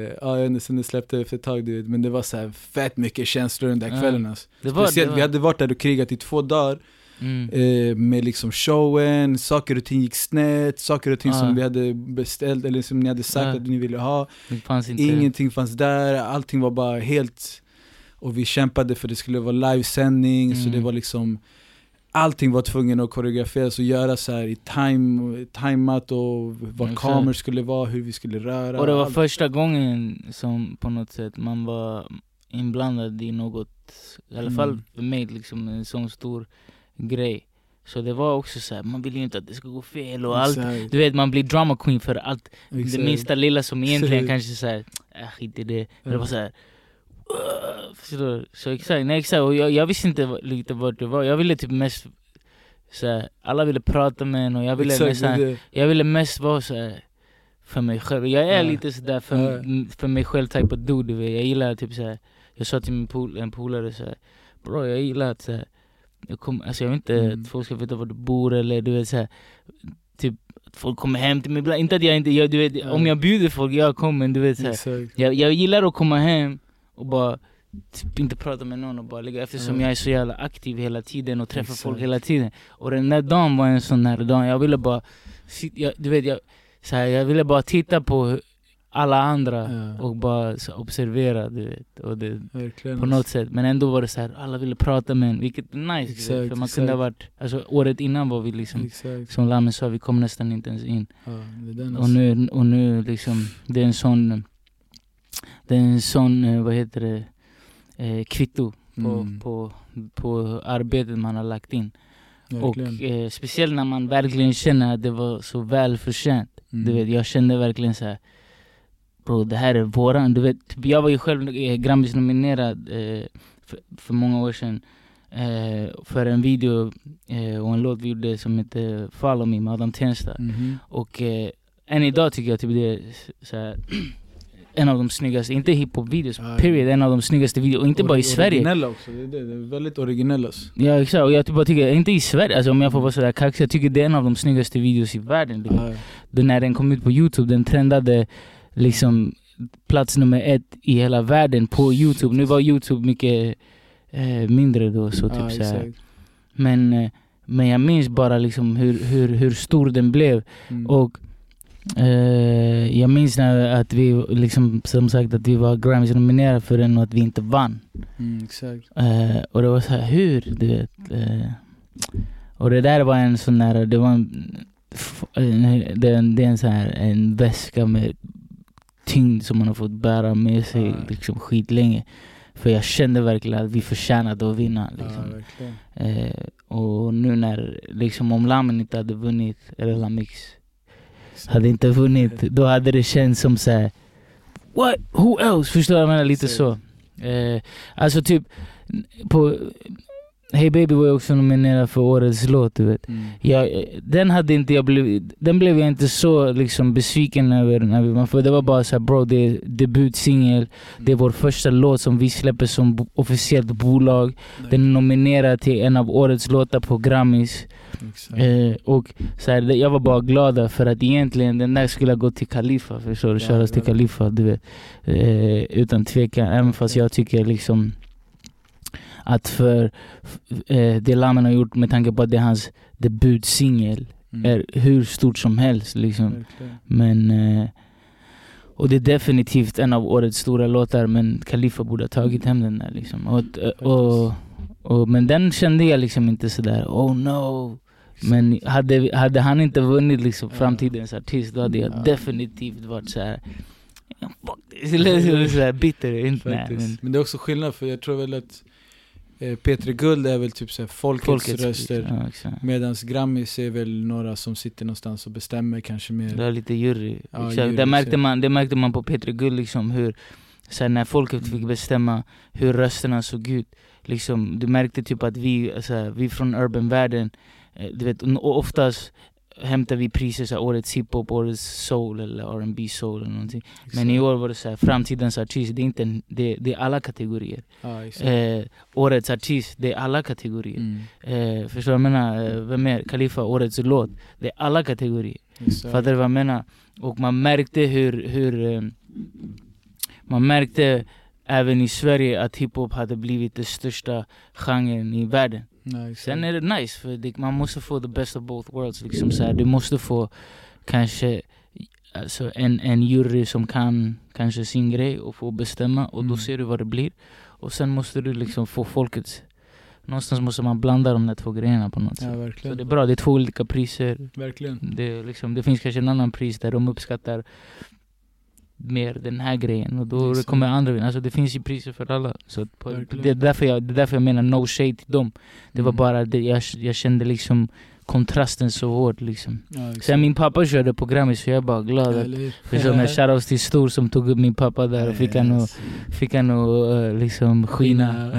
ja, sen det släppte efter ett tag, du vet. Men det var så här fett mycket känslor den där kvällen, alltså. det var, Speciellt, det var. vi hade varit där och krigat i två dagar mm. eh, med liksom showen, saker och ting gick snett, saker och ting ah. som vi hade beställt eller som ni hade sagt ah. att ni ville ha. Fanns inte. Ingenting fanns där, allting var bara helt, och vi kämpade för det skulle vara livesändning, mm. så det var liksom, allting var tvungen att koreograferas och göra så här i time, timeat och vad kameror skulle vara, hur vi skulle röra. Och det var allt. första gången som på något sätt man var inblandad i något, i alla fall mm. för mig liksom, en sån stor grej. Så det var också så här, man vill ju inte att det ska gå fel och allt. Exakt. Du vet, man blir drama queen för allt. Exakt. Det minsta lilla som egentligen kanske så här, äh, skit i det. Men det var så här, uh, så exakt, nej exakt. Och jag, jag visste inte lite vad det var. Jag ville typ mest så här, alla ville prata med en och jag ville exakt, mest så här, jag ville mest vara så här, för mig själv. Jag är ja. lite så där för, ja. för mig själv type of dude. Jag gillar typ så här, jag sa till min pol, en polare så här, bro, jag gillar att så här, jag kom, alltså jag vet inte mm. att folk ska veta var du bor eller du vet så här, typ att folk kommer hem till mig ibland. Inte att jag inte, jag, du vet, ja. om jag bjuder folk, jag kommer, men du vet så här, jag, jag gillar att komma hem och bara typ inte prata med någon och bara ligga, eftersom mm. jag är så jävla aktiv hela tiden och träffar Exakt. folk hela tiden. Och den där dagen var en sån här dag, jag ville bara jag, du vet, jag, så här, jag ville bara titta på alla andra ja. och bara så, observera, du vet, och det, på något sätt. Men ändå var det så här, alla ville prata med en, vilket är nice, exakt, för man exakt. kunde ha varit, alltså året innan var vi liksom, exakt. som Lamme sa, vi kom nästan inte ens in. Ja, det är och, nu, och nu liksom, det är en sån det är en sån, vad heter det, eh, kvitto på, mm. på, på arbetet man har lagt in. Verkligen. Och eh, speciellt när man verkligen känner att det var så väl förtjänt. Mm. Du vet, jag kände verkligen så här, bro, det här är våran, du vet, jag var ju själv eh, Grammis-nominerad eh, för, för många år sedan eh, för en video eh, och en låt vi gjorde som heter Follow Me med Adam Tensta. Mm-hmm. Och eh, än idag tycker jag typ det är såhär, en av de snyggaste, inte hiphop-videos, ja, period, en av de snyggaste videos, och inte Or- bara i Sverige. Originella också, det är, det, det är väldigt originella. Ja exakt, och jag typ bara tycker, inte i Sverige, alltså om jag får vara sådär kaxig, jag tycker det är en av de snyggaste videos i världen. Liksom. Ja, ja. Den när den kom ut på YouTube, den trendade liksom plats nummer ett i hela världen på YouTube. Nu var YouTube mycket eh, mindre då, så typ Ja, såhär. exakt. Men, eh, men jag minns bara liksom hur, hur, hur stor den blev. Mm. Och eh, jag minns när att vi liksom, som sagt, att vi var Grammys nominerade för den och att vi inte vann. Mm, exakt. Eh, och det var så här, hur, du vet. Eh, och det där var en sån där, det var en, f- en det, är en- det är en sån här, en väska med tyngd som man har fått bära med sig Ja. liksom skitlänge. För jag kände verkligen att vi förtjänade att vinna. Ja, Liksom. verkligen. Eh, och nu när, liksom om Lamen inte hade vunnit, eller Lamix Exakt. hade inte vunnit, då hade det känts som så här: what? Who else? Förstår du vad jag menar? Lite så. Eh, alltså typ, på Hey Baby var jag också nominerad för årets låt, du vet. Mm. Jag, den hade inte jag blivit, den blev jag inte så liksom besviken över när vi, för det var bara så här, bro, det är debutsingel, det är vår första låt som vi släpper som bo- officiellt bolag. Den är nominerad till en av årets låtar på Grammys. Exakt. Eh, och så här, det- jag var bara glad för att egentligen den där skulle ha gått till Khalifa, förstår du? Ja, Köras till ja. Khalifa, du vet. Eh, utan tvekan, även fast jag tycker liksom att för eh, det Lamen har gjort, med tanke på att det är hans debutsingel, Mm. är hur stort som helst liksom. Verkligen. Men eh, och det är definitivt en av årets stora låtar, men Khalifa borde ha tagit hem den där liksom. Och, och, och, men den kände jag liksom inte sådär, oh no. Men hade, hade han inte vunnit liksom Ja. framtidens artist, då hade jag Ja. definitivt varit såhär, fuck this, eller såhär bitter. Inte, nej, Faktiskt. men Men det är också skillnad, för jag tror väl att eh, P tre Guld är väl typ så här folkets, folkets röster. Ja, exakt. Medans Grammys är väl några som sitter någonstans och bestämmer kanske mer. Det var lite jury. Ja, Exakt. jury, det, märkte exakt. man, det märkte man på P tre Guld liksom, hur sen när folket fick bestämma hur rösterna såg ut. Liksom, du märkte typ att vi, alltså, vi från urban-världen, eh, du vet, och oftast hämtar vi priser så här, årets hiphop, årets soul eller R and B soul eller någonting. Men i år var det så här, framtidens artist, det är inte en, det, det är alla kategorier. Ja, exakt. Eh, årets artist, det är alla kategorier. Mm. Eh, förstår du vad jag menar? Eh, vem är Khalifa, årets låt? Det är alla kategorier. Exakt. Fattar du vad jag menar? Och man märkte hur, hur eh, man märkte även i Sverige att hiphop hade blivit den största genren i världen. Ja, exakt. Sen är det nice, för det, man måste få the best of both worlds liksom, så här. Du måste få kanske alltså, en, en jury som kan kanske sin grej och få bestämma, och då Mm. ser du vad det blir. Och sen måste du liksom få folkets. Någonstans måste man blanda de där två grejerna på något Ja, sätt. Så verkligen. det är bra, det är två olika priser. Verkligen. Det, är liksom, det finns kanske en annan pris där de uppskattar mer den här grejen, och då Exakt. kommer andra vinna. Alltså det finns ju priser för alla. Så att på, Verkligen. det, är därför jag, det är därför jag menar no shade till dem. Det var Mm. bara det, jag, jag kände liksom kontrasten så hårt liksom. Ja, exakt. Sen min pappa körde på Grammys, så jag är bara glad att, Eller hur? förstår du, shoutouts till Stor som tog upp min pappa där och fick han att, Yes. fick han att uh, liksom skina.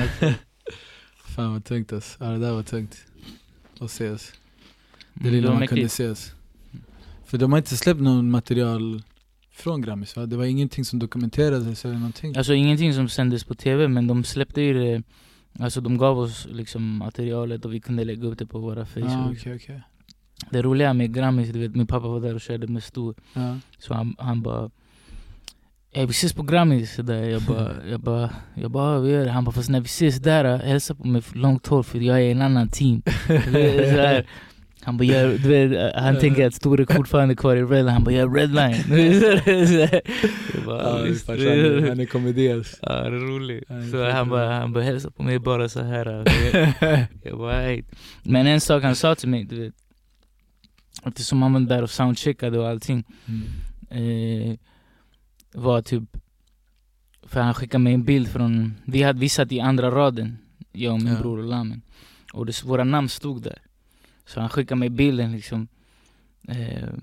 Fan vad tungt ass. Ja, det där var tungt. Att ses. Det Mm, lilla var man mäktigt. kunde ses. För de har inte släppt någon material från Grammys, va? Det var ingenting som dokumenterades eller någonting. Alltså ingenting som sändes på tv, men de släppte ju det. Alltså de gav oss liksom materialet och vi kunde lägga upp det på våra Facebook. Ah, okej, okej. Det roliga med Grammys, du vet, min pappa var där och körde med Stor. Ja. Så han, han bara, hey, vi ses på Grammys. Så där. Jag bara, jag bara, jag bara, vi gör det. Han bara, fast när vi ses där, hälsa på mig för långt hår, för jag är i en annan team. Du vet, så här. Han bara, jag, du vet, han tänker att Stor är fortfarande kvar i Redline. Han bara, jag är Redline. Jag bara, Ja, visst. farsan, han är komedias. Ja, det är roligt. Ja, det är Så fett han bara, han bara hälsa på mig bara så här. Jag, jag bara, hej. Men en sak han sa till mig, du vet, eftersom han var där och soundcheckade och allting, Mm. eh, var typ, för han skickade mig en bild från, vi hade visat i andra raden, jag och min Ja. bror och Lamen, och det, våra namn stod där. Så han skickade mig bilden liksom, eh,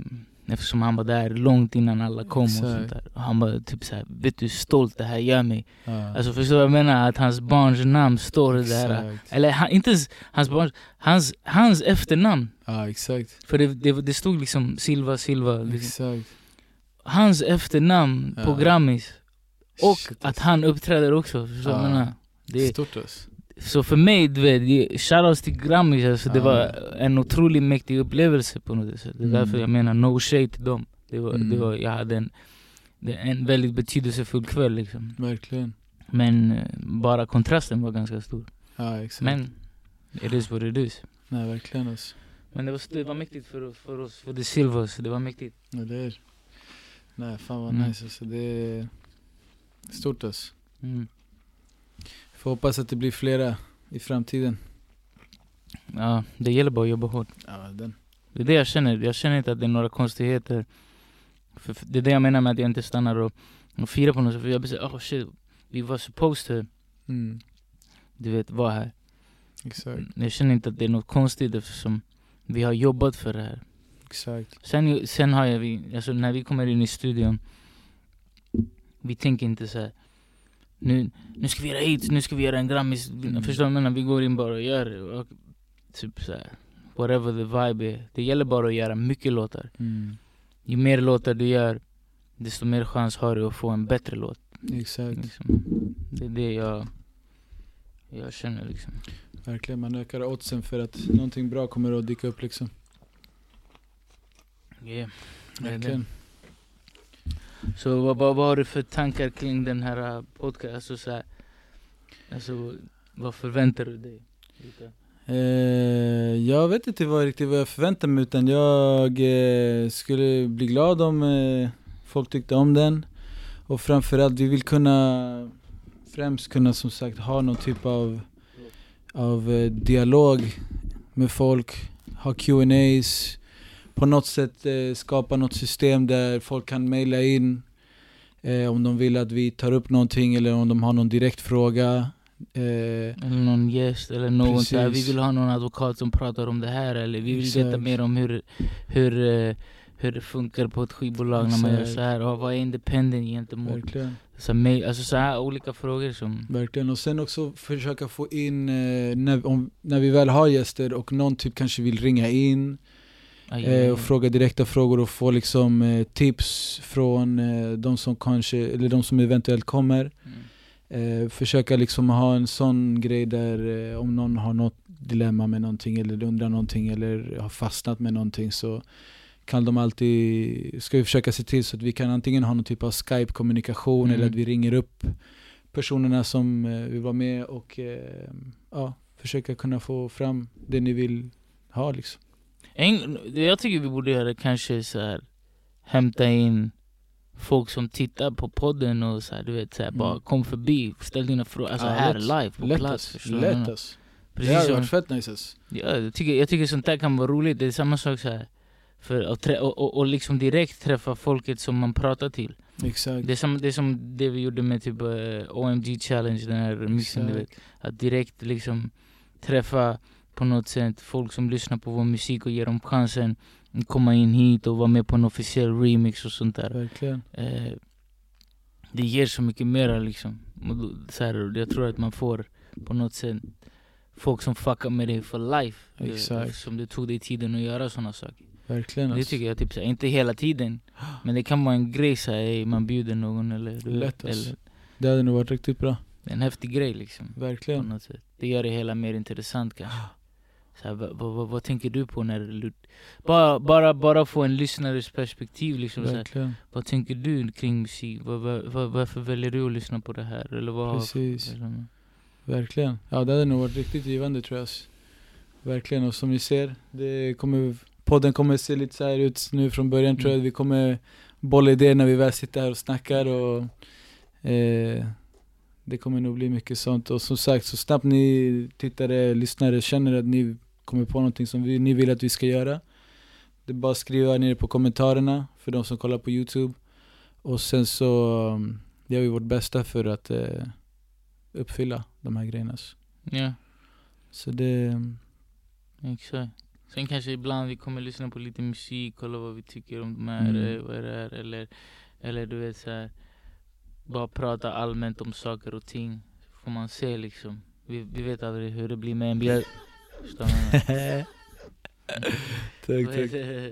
Eftersom han var där långt innan alla kom. Exakt. Och sånt där. Och han var typ såhär, vet du hur stolt det här gör mig? Ja. Alltså förstår jag menar att hans barns namn står där. Exakt. Eller han, inte ens hans barns, hans, hans efternamn. Ja, exakt. För det, det, det stod liksom Silva, Silva. Liksom. Exakt. Hans efternamn Ja. på Grammis. Och Shit, att alltså. han uppträder också. Förstår Ja. jag menar? Det, Stort alltså. så för mig, du vet, det- shoutouts till Grammis, alltså, det Ja. var en otroligt mäktig upplevelse på något sätt. Det är Mm. därför jag menar no shade till dem. Det var, Mm. det var, jag hade en, det, en väldigt betydelsefull kväll liksom. Verkligen. Men eh, bara kontrasten var ganska stor. Ja, exakt. Men it is what it is. Nej, verkligen alltså. Men det var, det var mäktigt för, för oss, för The Silvers. Det var mäktigt. Ja, det är. Nej, fan vad Mm. nice alltså. Det är stort alltså. Mm. Får hoppas att det blir flera i framtiden. Ja, det gäller bara att jobba hårt. Ja, den. Det är det jag känner. Jag känner inte att det är några konstigheter. För, för det är det jag menar med att jag inte stannar och, och firar på något sätt. För jag blir såhär, oh shit, vi var supposed to, Mm. du vet, vara här. Exakt. Jag känner inte att det är något konstigt eftersom vi har jobbat för det här. Exakt. Sen, sen har jag, vi, alltså när vi kommer in i studion, vi tänker inte så här. Nu, nu ska vi göra hit, nu ska vi göra en Grammis. Mm. Förstår du vad jag menar? Vi går in bara och gör det. Och, typ så här, whatever the vibe är. Det gäller bara att göra mycket låtar. Mm. Ju mer låtar du gör, desto mer chans har du att få en bättre låt. Exakt. Liksom. Det är det jag, jag känner liksom. Verkligen, man ökar oddsen för att någonting bra kommer att dyka upp liksom. Yeah. Det är det. Verkligen. Så vad, vad, vad har du för tankar kring den här podcasten? Alltså, så här, alltså, vad förväntar du dig? Lite? Eh, jag vet inte vad, riktigt vad jag förväntar mig, utan jag eh, skulle bli glad om eh, folk tyckte om den. Och framförallt, vi vill kunna främst kunna som sagt ha någon typ av, av eh, dialog med folk, ha Q and A's, på något sätt eh, skapa något system där folk kan mejla in eh, om de vill att vi tar upp någonting eller om de har någon direkt fråga. Eh, Eller någon gäst eller någon så här, vi Precis. vill ha någon advokat som pratar om det här, eller vi vill Exakt. veta mer om hur, hur, eh, hur det funkar på ett skivbolag när man gör Exakt. så här, och vad är independent gentemot verkligen. så här, mail- alltså så här olika frågor som Verkligen, och sen också försöka få in, eh, när, om, när vi väl har gäster och någon typ kanske vill ringa in aj, eh, och fråga direkta frågor och få liksom eh, tips från eh, de som kanske, eller de som eventuellt kommer. mm. Eh, försöka liksom ha en sån grej där eh, om någon har något dilemma med någonting eller undrar någonting eller har fastnat med någonting, så kan de alltid, ska vi försöka se till så att vi kan antingen ha någon typ av Skype-kommunikation Mm. eller att vi ringer upp personerna som eh, vill vara med och eh, ja, försöka kunna få fram det ni vill ha liksom. En, det jag tycker vi borde göra kanske så här, hämta in folk som tittar på podden och så här, du vet så här, Mm. bara kom förbi, ställ dina frågor, alltså Ja, här lätt. live på Lätt plats. ass, förstår du? lätt ass. Det Precis hade som, varit fett nice ass. ja, jag, tycker, jag tycker sånt där kan vara roligt. Det är samma sak så här, för att trä, och, och, och liksom direkt träffa folket som man pratar till. Exakt. Det är som det, är som det vi gjorde med typ uh, O M G Challenge, den här remixen, du vet. Att direkt liksom träffa på något sätt folk som lyssnar på vår musik och ge dem chansen att komma in hit och vara med på en officiell remix och sånt där. Verkligen. Eh, det ger så mycket mer liksom. Och då- Så här, jag tror att man får på något sätt folk som fuckar med dig for life. Eh, Exakt. Eftersom det tog dig tiden att göra såna saker. Verkligen Det ass. tycker jag typ så här, inte hela tiden. Men det kan vara en grej så här, ey, man bjuder någon eller, du vet, Lätt ass. eller Det hade nog varit riktigt bra. det är en häftig grej liksom. På Verkligen. något sätt. Det gör det hela mer intressant kanske. Så här, vad, vad, vad, vad tänker du på när du... Bara, bara, bara få en lyssnares perspektiv liksom. Så här, Verkligen. vad tänker du kring musik? Vad, vad, vad, varför väljer du att lyssna på det här? Eller vad har- Precis. eller- Verkligen. Ja, det hade nog varit riktigt givande tror jag. Verkligen, och som ni ser, det kommer, podden kommer se lite så här ut nu från början Mm. tror jag. Vi kommer bolla idéer när vi väl sitter här och snackar och eh, det kommer nog bli mycket sånt. Och som sagt, så snabbt ni tittare, lyssnare känner att ni kommer på någonting som vi, ni vill att vi ska göra, det är bara att skriva nere på kommentarerna för de som kollar på YouTube. Och sen så um, gör vi vårt bästa för att eh, uppfylla de här grejerna. Ja, Så det, exakt. Sen kanske ibland vi kommer lyssna på lite musik, kolla vad vi tycker om de här, Mm. vad det är, eller, eller du vet så här, bara prata allmänt om saker och ting. Får man se liksom. Vi, vi vet aldrig hur det blir med en björn. Tack, tack.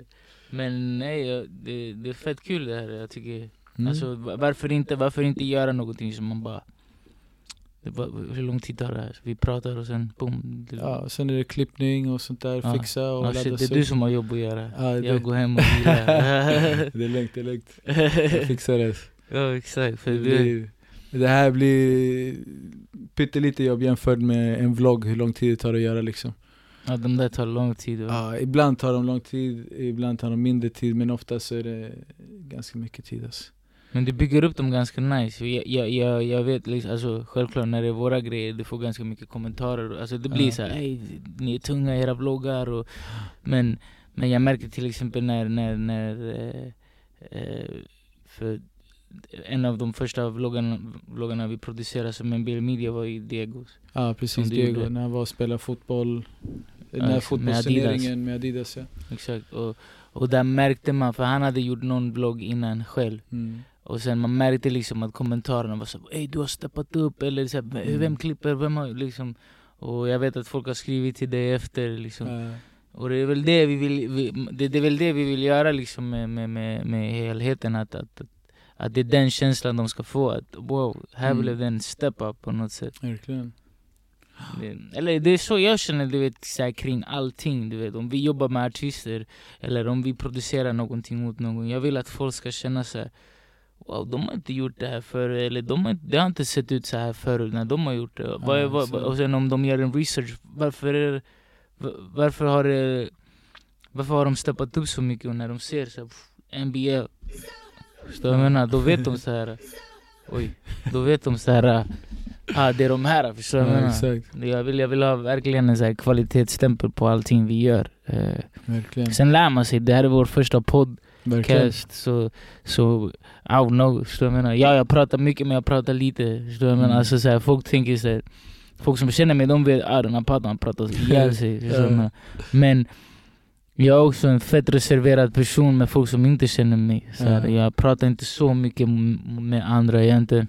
Men nej, jag- det, det är fett kul det här. Jag tycker, Mm. alltså va- varför inte, varför inte göra någonting som man bara, det var, hur lång tid tar det här? Vi pratar och sen boom. Det, Ja, sen är det klippning och sånt där, Ja. fixa och ja, ladda shit, det är sig. du som har jobb att göra. Ja, det, Jag går hem och vilar. det är lugnt, det är lugnt. Jag fixar det. Ja, exakt. För Det, du, blir, det här blir pyttelite jobb jämfört med en vlogg, hur lång tid det tar att göra liksom. ja, de där tar lång tid. Och, Ja, ibland tar de lång tid, ibland tar de mindre tid, men oftast så är det ganska mycket tid alltså. Men du bygger upp dem ganska nice. Jag, jag, jag, jag vet liksom, alltså, självklart när det är våra grejer, du får ganska mycket kommentarer. Alltså det blir Ja. så här, hej, ni är tunga i era vloggar. Och, men, men jag märker till exempel när, när, när eh, eh, för en av de första vloggarna, vloggarna vi producerade som en Bill Media var ju Diegos. Ja, precis. Som du Diego, gjorde. när han var och spelade fotboll, Ja, den här med fotbollsturneringen med Adidas. Ja. Exakt. Och, och där märkte man, för han hade gjort någon vlogg innan själv. Mm. Och sen man märkte liksom att kommentarerna var så, ey du har steppat upp, eller så här, Mm. vem klipper, vem har liksom. Och jag vet att folk har skrivit till dig efter liksom. Ja. Och det är väl det vi vill, vi, det, det är väl det vi vill göra liksom med, med, med, med helheten, att, att, att, att det är den känslan de ska få, att wow, här Mm. blev det en step up på något sätt. Verkligen. Det, eller det är så jag känner, du vet, så här, kring allting, du vet, om vi jobbar med artister eller om vi producerar någonting mot någon, jag vill att folk ska känna sig, wow, de har inte gjort det här förr, eller de har, det har inte sett ut så här förut när de har gjort det. Ja, Vad är- vad, så. och sen om de gör en research, varför är det, va- varför har det, varför har de steppat upp så mycket, och när de ser så här, pff, N B L, förstår du vad jag menar? Då vet de så här, oj, då vet de så här, ah, det är de här, förstår du vad jag Ja, menar? exakt. Jag vill, jag vill ha verkligen en så här kvalitetsstämpel på allting vi gör. Eh, Verkligen. sen lär man sig, det här är vår första podcast, Verkligen. så, så I don't know, förstår du vad jag menar? Ja, jag pratar mycket men jag pratar lite, förstår du vad jag menar? Mm. Alltså så här, folk tänker så här, folk som känner mig, de vet, ah den här pratar, han pratar ihjäl sig, förstår du vad jag menar? Men jag är också en fett reserverad person med folk som inte känner mig. Så här, Ja. jag pratar inte så mycket m- med andra egentligen.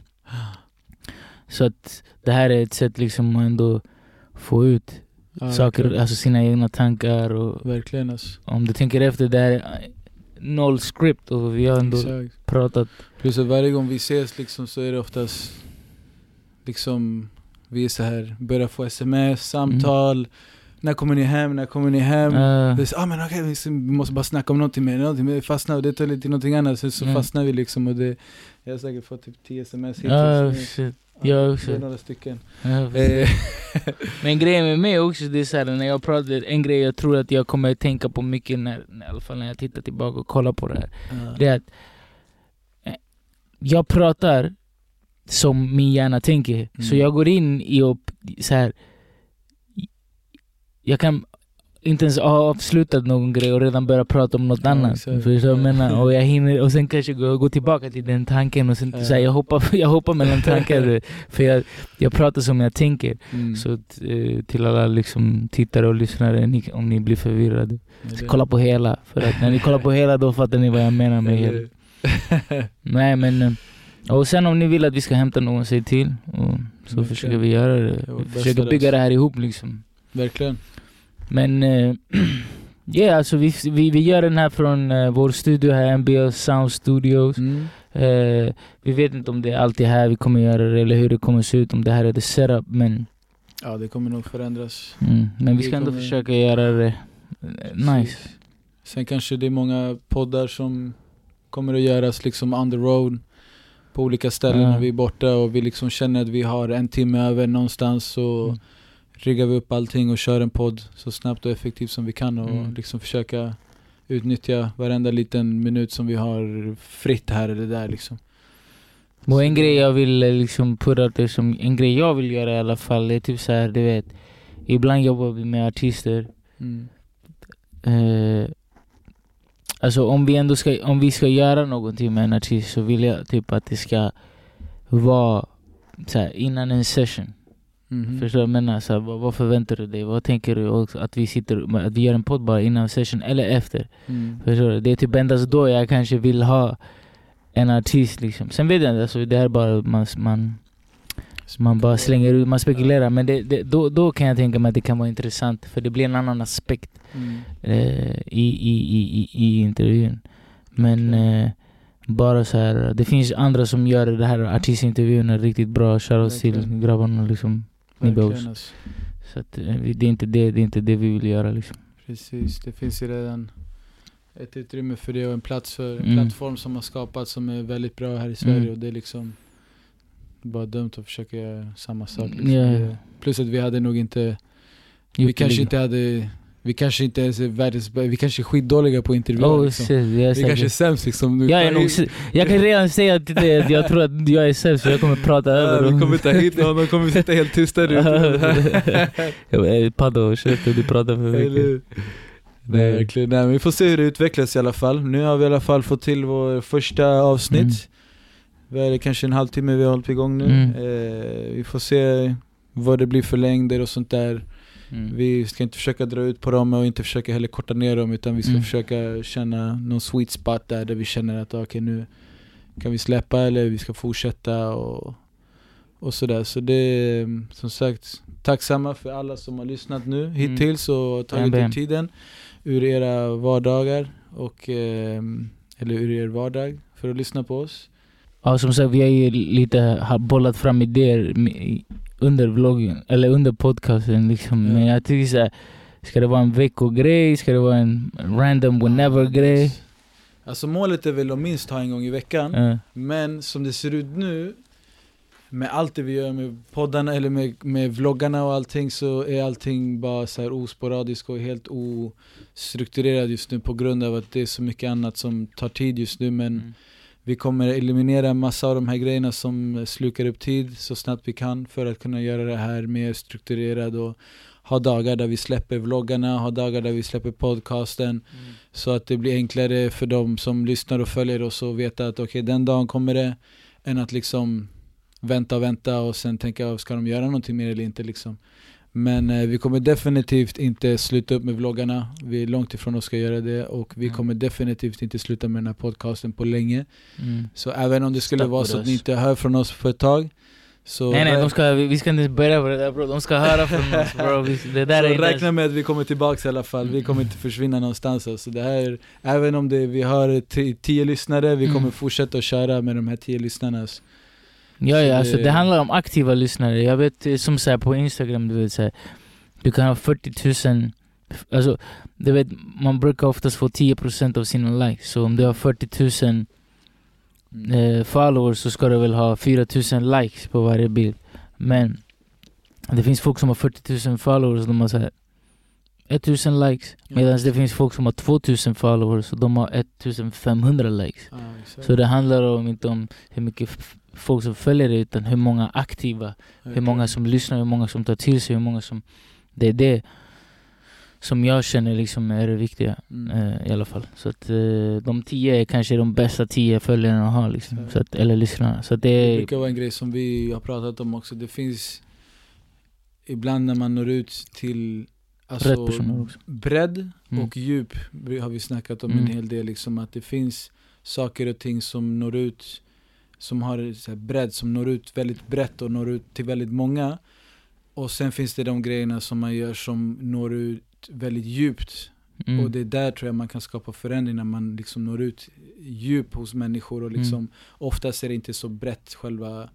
Så att det här är ett sätt liksom att ändå få ut Ja, saker, verkligen. alltså sina egna tankar. Och Verkligen alltså. om du tänker efter, det här är noll script och vi har ändå Exakt. pratat. Plus att varje gång vi ses liksom så är det oftast liksom vi är så här, börjar få sms, samtal. När kommer ni hem? När kommer ni hem? Uh, Det är så, ah, men okej, vi s- vi måste bara snacka om någonting mer, någonting mer, fastnar och det tar lite till någonting annat, så, så Mm. fastnar vi liksom, och det, jag har säkert fått typ tio sms hittills uh, nu. shit. Ja, Jag det också. är några stycken. Ja, Eh, Men grejen med mig också, det är så här, när jag pratar, en grej jag tror att jag kommer att tänka på mycket när, när, i alla fall när jag tittar tillbaka och kollar på det här, ja. det är att eh, jag pratar som min hjärna tänker. Mm. Så jag går in i och så här, jag kan inte ens ha avslutat någon grej och redan börja prata om något Ja, annat. exakt. För så jag menar, och jag hinner, och sen kanske gå, gå tillbaka till den tanken och sen Ja. så här, jag hoppar jag hoppar mellan tankar för jag, jag pratar som jag tänker. Mm. Så att, eh, till alla liksom tittare och lyssnare, ni, om ni blir förvirrade, Ja, det- kolla på hela, för att när ni kollar på hela då fattar ni vad jag menar med hela. Eller- Nej men, eh, och sen om ni vill att vi ska hämta någon, säg till, och så Verkligen. försöker vi göra det. Ja, Vi bästa försöker bygga det. det här ihop liksom. Verkligen. Men ja, yeah, alltså vi, vi, vi gör den här från uh, vår studio här, N B L Sound Studios. Mm. Eh, vi vet inte om det är alltid här vi kommer göra det, eller hur det kommer se ut, om det här är det setup, men, Ja, det kommer nog förändras. mm, men vi Vi ska ändå kommer- försöka göra det eh, nice. Sen kanske det är många poddar som kommer att göras liksom on the road på olika ställen Ja. när vi är borta, och vi liksom känner att vi har en timme över någonstans, så Mm. riggar vi upp allting och kör en podd så snabbt och effektivt som vi kan, och Mm. liksom försöka utnyttja varenda liten minut som vi har fritt här eller där liksom. Och en grej jag vill eh, liksom putta det som, en grej jag vill göra i alla fall, är typ så här, du vet, ibland jobbar vi med artister. Mm. Eh, alltså om vi ändå ska, om vi ska göra någonting med en artist, så vill jag typ att det ska vara så här, innan en session. Mhm. Förstår du? Men alltså, vad, vad förväntar du dig? Vad tänker du också att vi sitter, att vi gör en podd bara innan session eller efter? Mm. Förstår du? Det är typ endast då jag kanske vill ha en artist liksom. Sen vet jag inte, alltså, det här är bara man, man, man bara slänger ut, man spekulerar. Men det, det, då, då kan jag tänka mig att det kan vara intressant. För det blir en annan aspekt Mm. eh, i, i, i, i, i intervjun. Men eh, bara så här, det finns andra som gör det här artistintervjuerna riktigt bra. Shoutout till grabbarna liksom. Verkligen, alltså. Så att, eh, det är inte det, det är inte det vi vill göra liksom. Precis, det finns ju redan ett utrymme för det och en plats för en Mm. plattform som har skapats som är väldigt bra här i Sverige Mm. och det är liksom bara dumt att försöka göra samma sak liksom. Ja. Det, plus att vi hade nog inte vi Gjort kanske det inte hade vi kanske inte ens är världens bä- vi kanske är skitdåliga på intervjuer Oh, liksom. shit, jag är Vi säker. kanske är sämst liksom nu. Jag är nog, s- jag kan redan säga till dig att jag tror att jag är sämst för jag kommer prata Ja, över vi dem. kommer ta hit någon och kommer sitta helt tysta där ute. Jag bara, Paddo, köp du pratar för mycket. Eller- Nej, verkligen. Nej, men vi får se hur det utvecklas i alla fall. Nu har vi i alla fall fått till vår första avsnitt. Mm. Vi är kanske en halvtimme vi har hållit igång nu. Mm. Eh, vi får se vad det blir för längder och sånt där. Mm. Vi ska inte försöka dra ut på dem och inte försöka heller korta ner dem, utan vi ska Mm. försöka känna någon sweet spot där, där vi känner att okej, okay, nu kan vi släppa eller vi ska fortsätta och, och sådär. Så det är som sagt tacksamma för alla som har lyssnat nu hittills och tagit Bam, bam. in tiden ur era vardagar och eh, eller ur er vardag för att lyssna på oss. Ja, som sagt, vi har ju lite har bollat fram idéer med- under vloggen, eller under podcasten liksom. Ja. Men jag tycker såhär, ska det vara en veckogrej? Ska det vara en random whenever-grej? Alltså målet är väl att minst ha en gång i veckan. Ja. Men som det ser ut nu, med allt det vi gör med poddarna eller med, med vloggarna och allting, så är allting bara så här osporadisk och helt ostrukturerad just nu på grund av att det är så mycket annat som tar tid just nu. Men Mm. vi kommer eliminera massa av de här grejerna som slukar upp tid så snabbt vi kan för att kunna göra det här mer strukturerat och ha dagar där vi släpper vloggarna, ha dagar där vi släpper podcasten. Mm. Så att det blir enklare för de som lyssnar och följer oss och veta att okej, okay, den dagen kommer det, än att liksom vänta och vänta och sen tänka, ska de göra någonting mer eller inte liksom. Men eh, vi kommer definitivt inte sluta upp med vloggarna. Vi är långt ifrån att ska göra det och vi Mm. kommer definitivt inte sluta med den här podcasten på länge. Mm. Så även om det skulle Stuck vara with så att us. ni inte hör från oss på ett tag, så, Nej nej, rä- de ska, vi, vi ska inte börja på det där bro. De ska höra från oss bro. Vi, det där så är inte räkna med att vi kommer tillbaka i alla fall. Vi Mm. kommer inte försvinna någonstans. Alltså det här, även om det, vi har t- tio lyssnare, vi Mm. kommer fortsätta att köra med de här tio lyssnarna. Alltså. Ja, ja, Så alltså det- det handlar om aktiva lyssnare. Jag vet, eh, som så här på Instagram, du vet så här, du kan ha fyrtio tusen, alltså du vet, man brukar oftast få tio procent av sina likes. Så om du har fyrtio tusen Mm. eh, followers så ska du väl ha fyra tusen likes på varje bild. Men det finns folk som har fyrtio tusen followers och de har så här tusen likes. Ja. Medan det finns folk som har två tusen followers och de har femtonhundra likes. Ja, exakt. Så det handlar om inte om hur mycket f- folk som följer det, utan hur många aktiva, hur många som lyssnar, hur många som tar till sig, hur många som... Det är det som jag känner liksom är det viktiga Mm. eh, i alla fall. Så att eh, de tio är kanske de bästa tio följarna att ha liksom. Så. Så att, eller lyssnarna. Så att det Det är... brukar vara en grej som vi har pratat om också. Det finns ibland när man når ut till alltså, Rätt personer också. bredd Mm. och djup har vi snackat om Mm. en hel del liksom, att det finns saker och ting som når ut, som har så här bredd, som når ut väldigt brett och når ut till väldigt många, och sen finns det de grejerna som man gör som når ut väldigt djupt. Mm. Och det är där tror jag man kan skapa förändring, när man liksom når ut djup hos människor och liksom, Mm. oftast är det inte så brett själva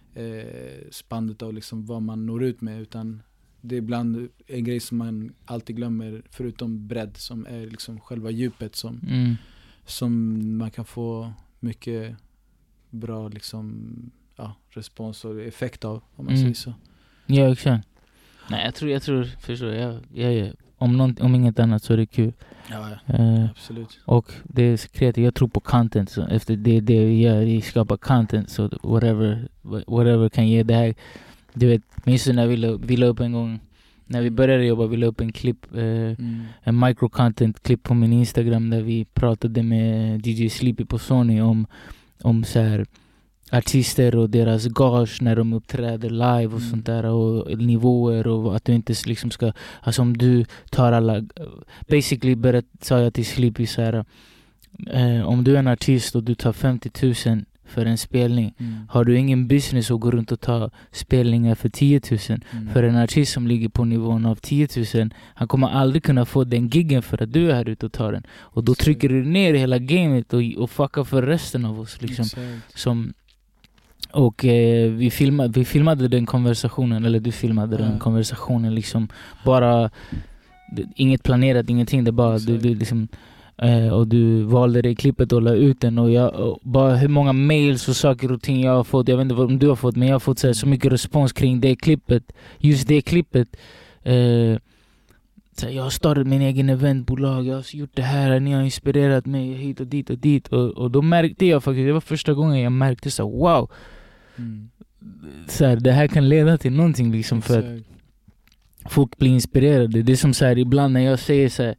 eh, spannet av liksom vad man når ut med, utan det är ibland en grej som man alltid glömmer, förutom bredd, som är liksom själva djupet som, Mm. som man kan få mycket bra liksom, ja, respons och effekt av, om man Mm. säger så. Ja, exakt. Nej, jag tror, jag tror, förstår jag, jag, jag om, någon, om inget annat så är det kul. Ja, ja. Eh, Absolut. och det är kreativt, jag tror på content, så efter det, det vi gör, vi skapar content, så whatever, whatever kan ge det här. Du vet, minns du när vi la, vi la upp en gång, när vi började jobba, vi la upp en klipp, eh, Mm. en micro-content-klipp på min Instagram där vi pratade med D J Sleepy på Sony om, om så här, artister och deras gage när de uppträder live och Mm. sånt där, och nivåer, och att du inte liksom ska, alltså om du tar alla, basically berätt, sa jag till Sleepy så här, eh, om du är en artist och du tar femtio tusen för en spelning, Mm. har du ingen business att gå runt och ta spelningar för tio tusen. Mm. För en artist som ligger på nivån av tio tusen, han kommer aldrig kunna få den giggen för att du är här ute och tar den. Och då Exakt. trycker du ner hela gamet och, och fuckar för resten av oss liksom. Exakt. Som, och eh, vi, filmade, vi filmade den konversationen, eller du filmade den Ja. konversationen liksom. Bara, det, inget planerat, ingenting, det bara, du, Exakt. du liksom. Eh, och du valde det i klippet och la ut den, och jag, och bara hur många mails och saker och ting jag har fått, jag vet inte vad om du har fått, men jag har fått så, här, så mycket respons kring det klippet, just det klippet. Eh, så här, jag har startat min egen eventbolag, jag har gjort det här, ni har inspirerat mig hit och dit och dit, och, och då märkte jag faktiskt, det var första gången jag märkte så här, wow, Mm. så här, det här kan leda till någonting liksom, för att Exakt. folk blir inspirerade. Det är som så här, ibland när jag säger så här,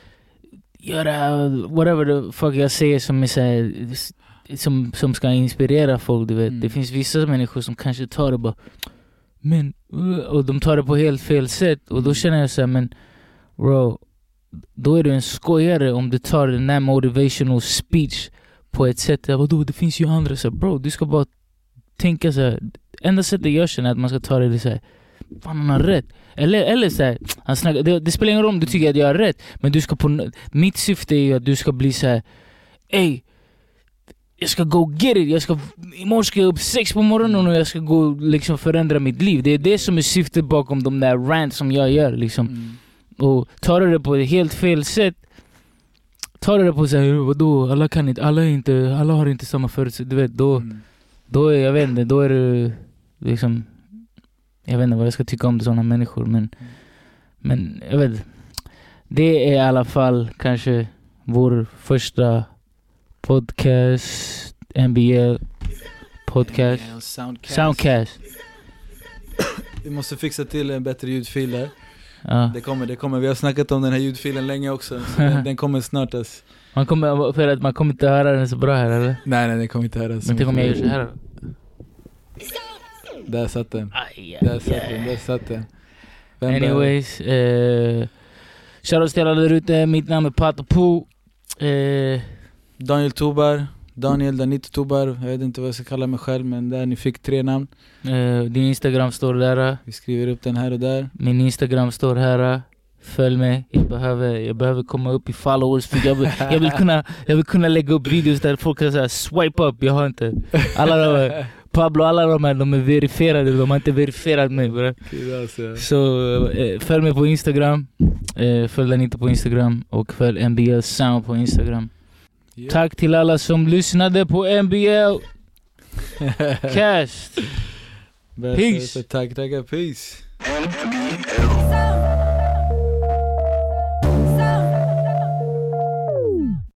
göra whatever the fuck jag säger som är så här, som, som ska inspirera folk, du vet. Mm. Det finns vissa människor som kanske tar det bara, men, och de tar det på helt fel sätt, och då Mm. känner jag så här, men bro, då är du en skojare om du tar den här motivational speech på ett sätt där, vadå, det finns ju andra, så här, bro, du ska bara tänka så här, enda sättet jag känner att man ska ta det, det så här, fan, han har rätt. Eller, eller så här, han snackar, det, det spelar ingen roll om du tycker att jag har rätt, men du ska på, mitt syfte är ju att du ska bli så här, ey, jag ska go get it, jag ska, imorgon ska jag upp sex på morgonen och jag ska gå liksom förändra mitt liv. Det är det som är syftet bakom de där rants som jag gör liksom. Mm. Och tar du det på ett helt fel sätt, tar du det på så här, vadå, alla kan inte, alla är inte, alla har inte samma förutsättningar, du vet, då, Mm. då är, jag vet inte, då är det liksom, jag vet inte vad jag ska tycka om sådana människor, men, men jag vet, det är i alla fall kanske vår första podcast, N B L podcast, Ja, Soundcast. Soundcast. Vi måste fixa till en bättre ljudfil där. Ja. Det kommer, det kommer. Vi har snackat om den här ljudfilen länge också. Så den, den kommer snart alltså. Man kommer, för att man kommer inte höra den så bra här, eller? Nej, nej, den kommer inte höras. Men tänk om jag gör så här. Där satt den. Aj, Där aj, satt aj. den, där satt den. Vem Anyways, eh, shoutouts till alla där ute. Mitt namn är Pato Poo. Eh, Daniel Tobar, Daniel Danito Tobar. Jag vet inte vad jag ska kalla mig själv, men där ni fick tre namn. eh, din Instagram står där. Vi skriver upp den här och där. Min Instagram står här. Följ mig. Jag behöver, jag behöver komma upp i followers. För jag, vill, jag, vill kunna, jag vill kunna lägga upp videos där folk kan säga swipe up. Jag har inte. Alla de här, Pablo, alla de här, de är verifierade. De har inte verifierat mig. Bro. Kul alltså. Så eh, följ mig på Instagram. Eh, följ den inte på Instagram. Och följ N B L Sound på Instagram. Yeah. Tack till alla som lyssnade på N B L Cast. Bäst, Peace. bäst. Tack, tack, peace.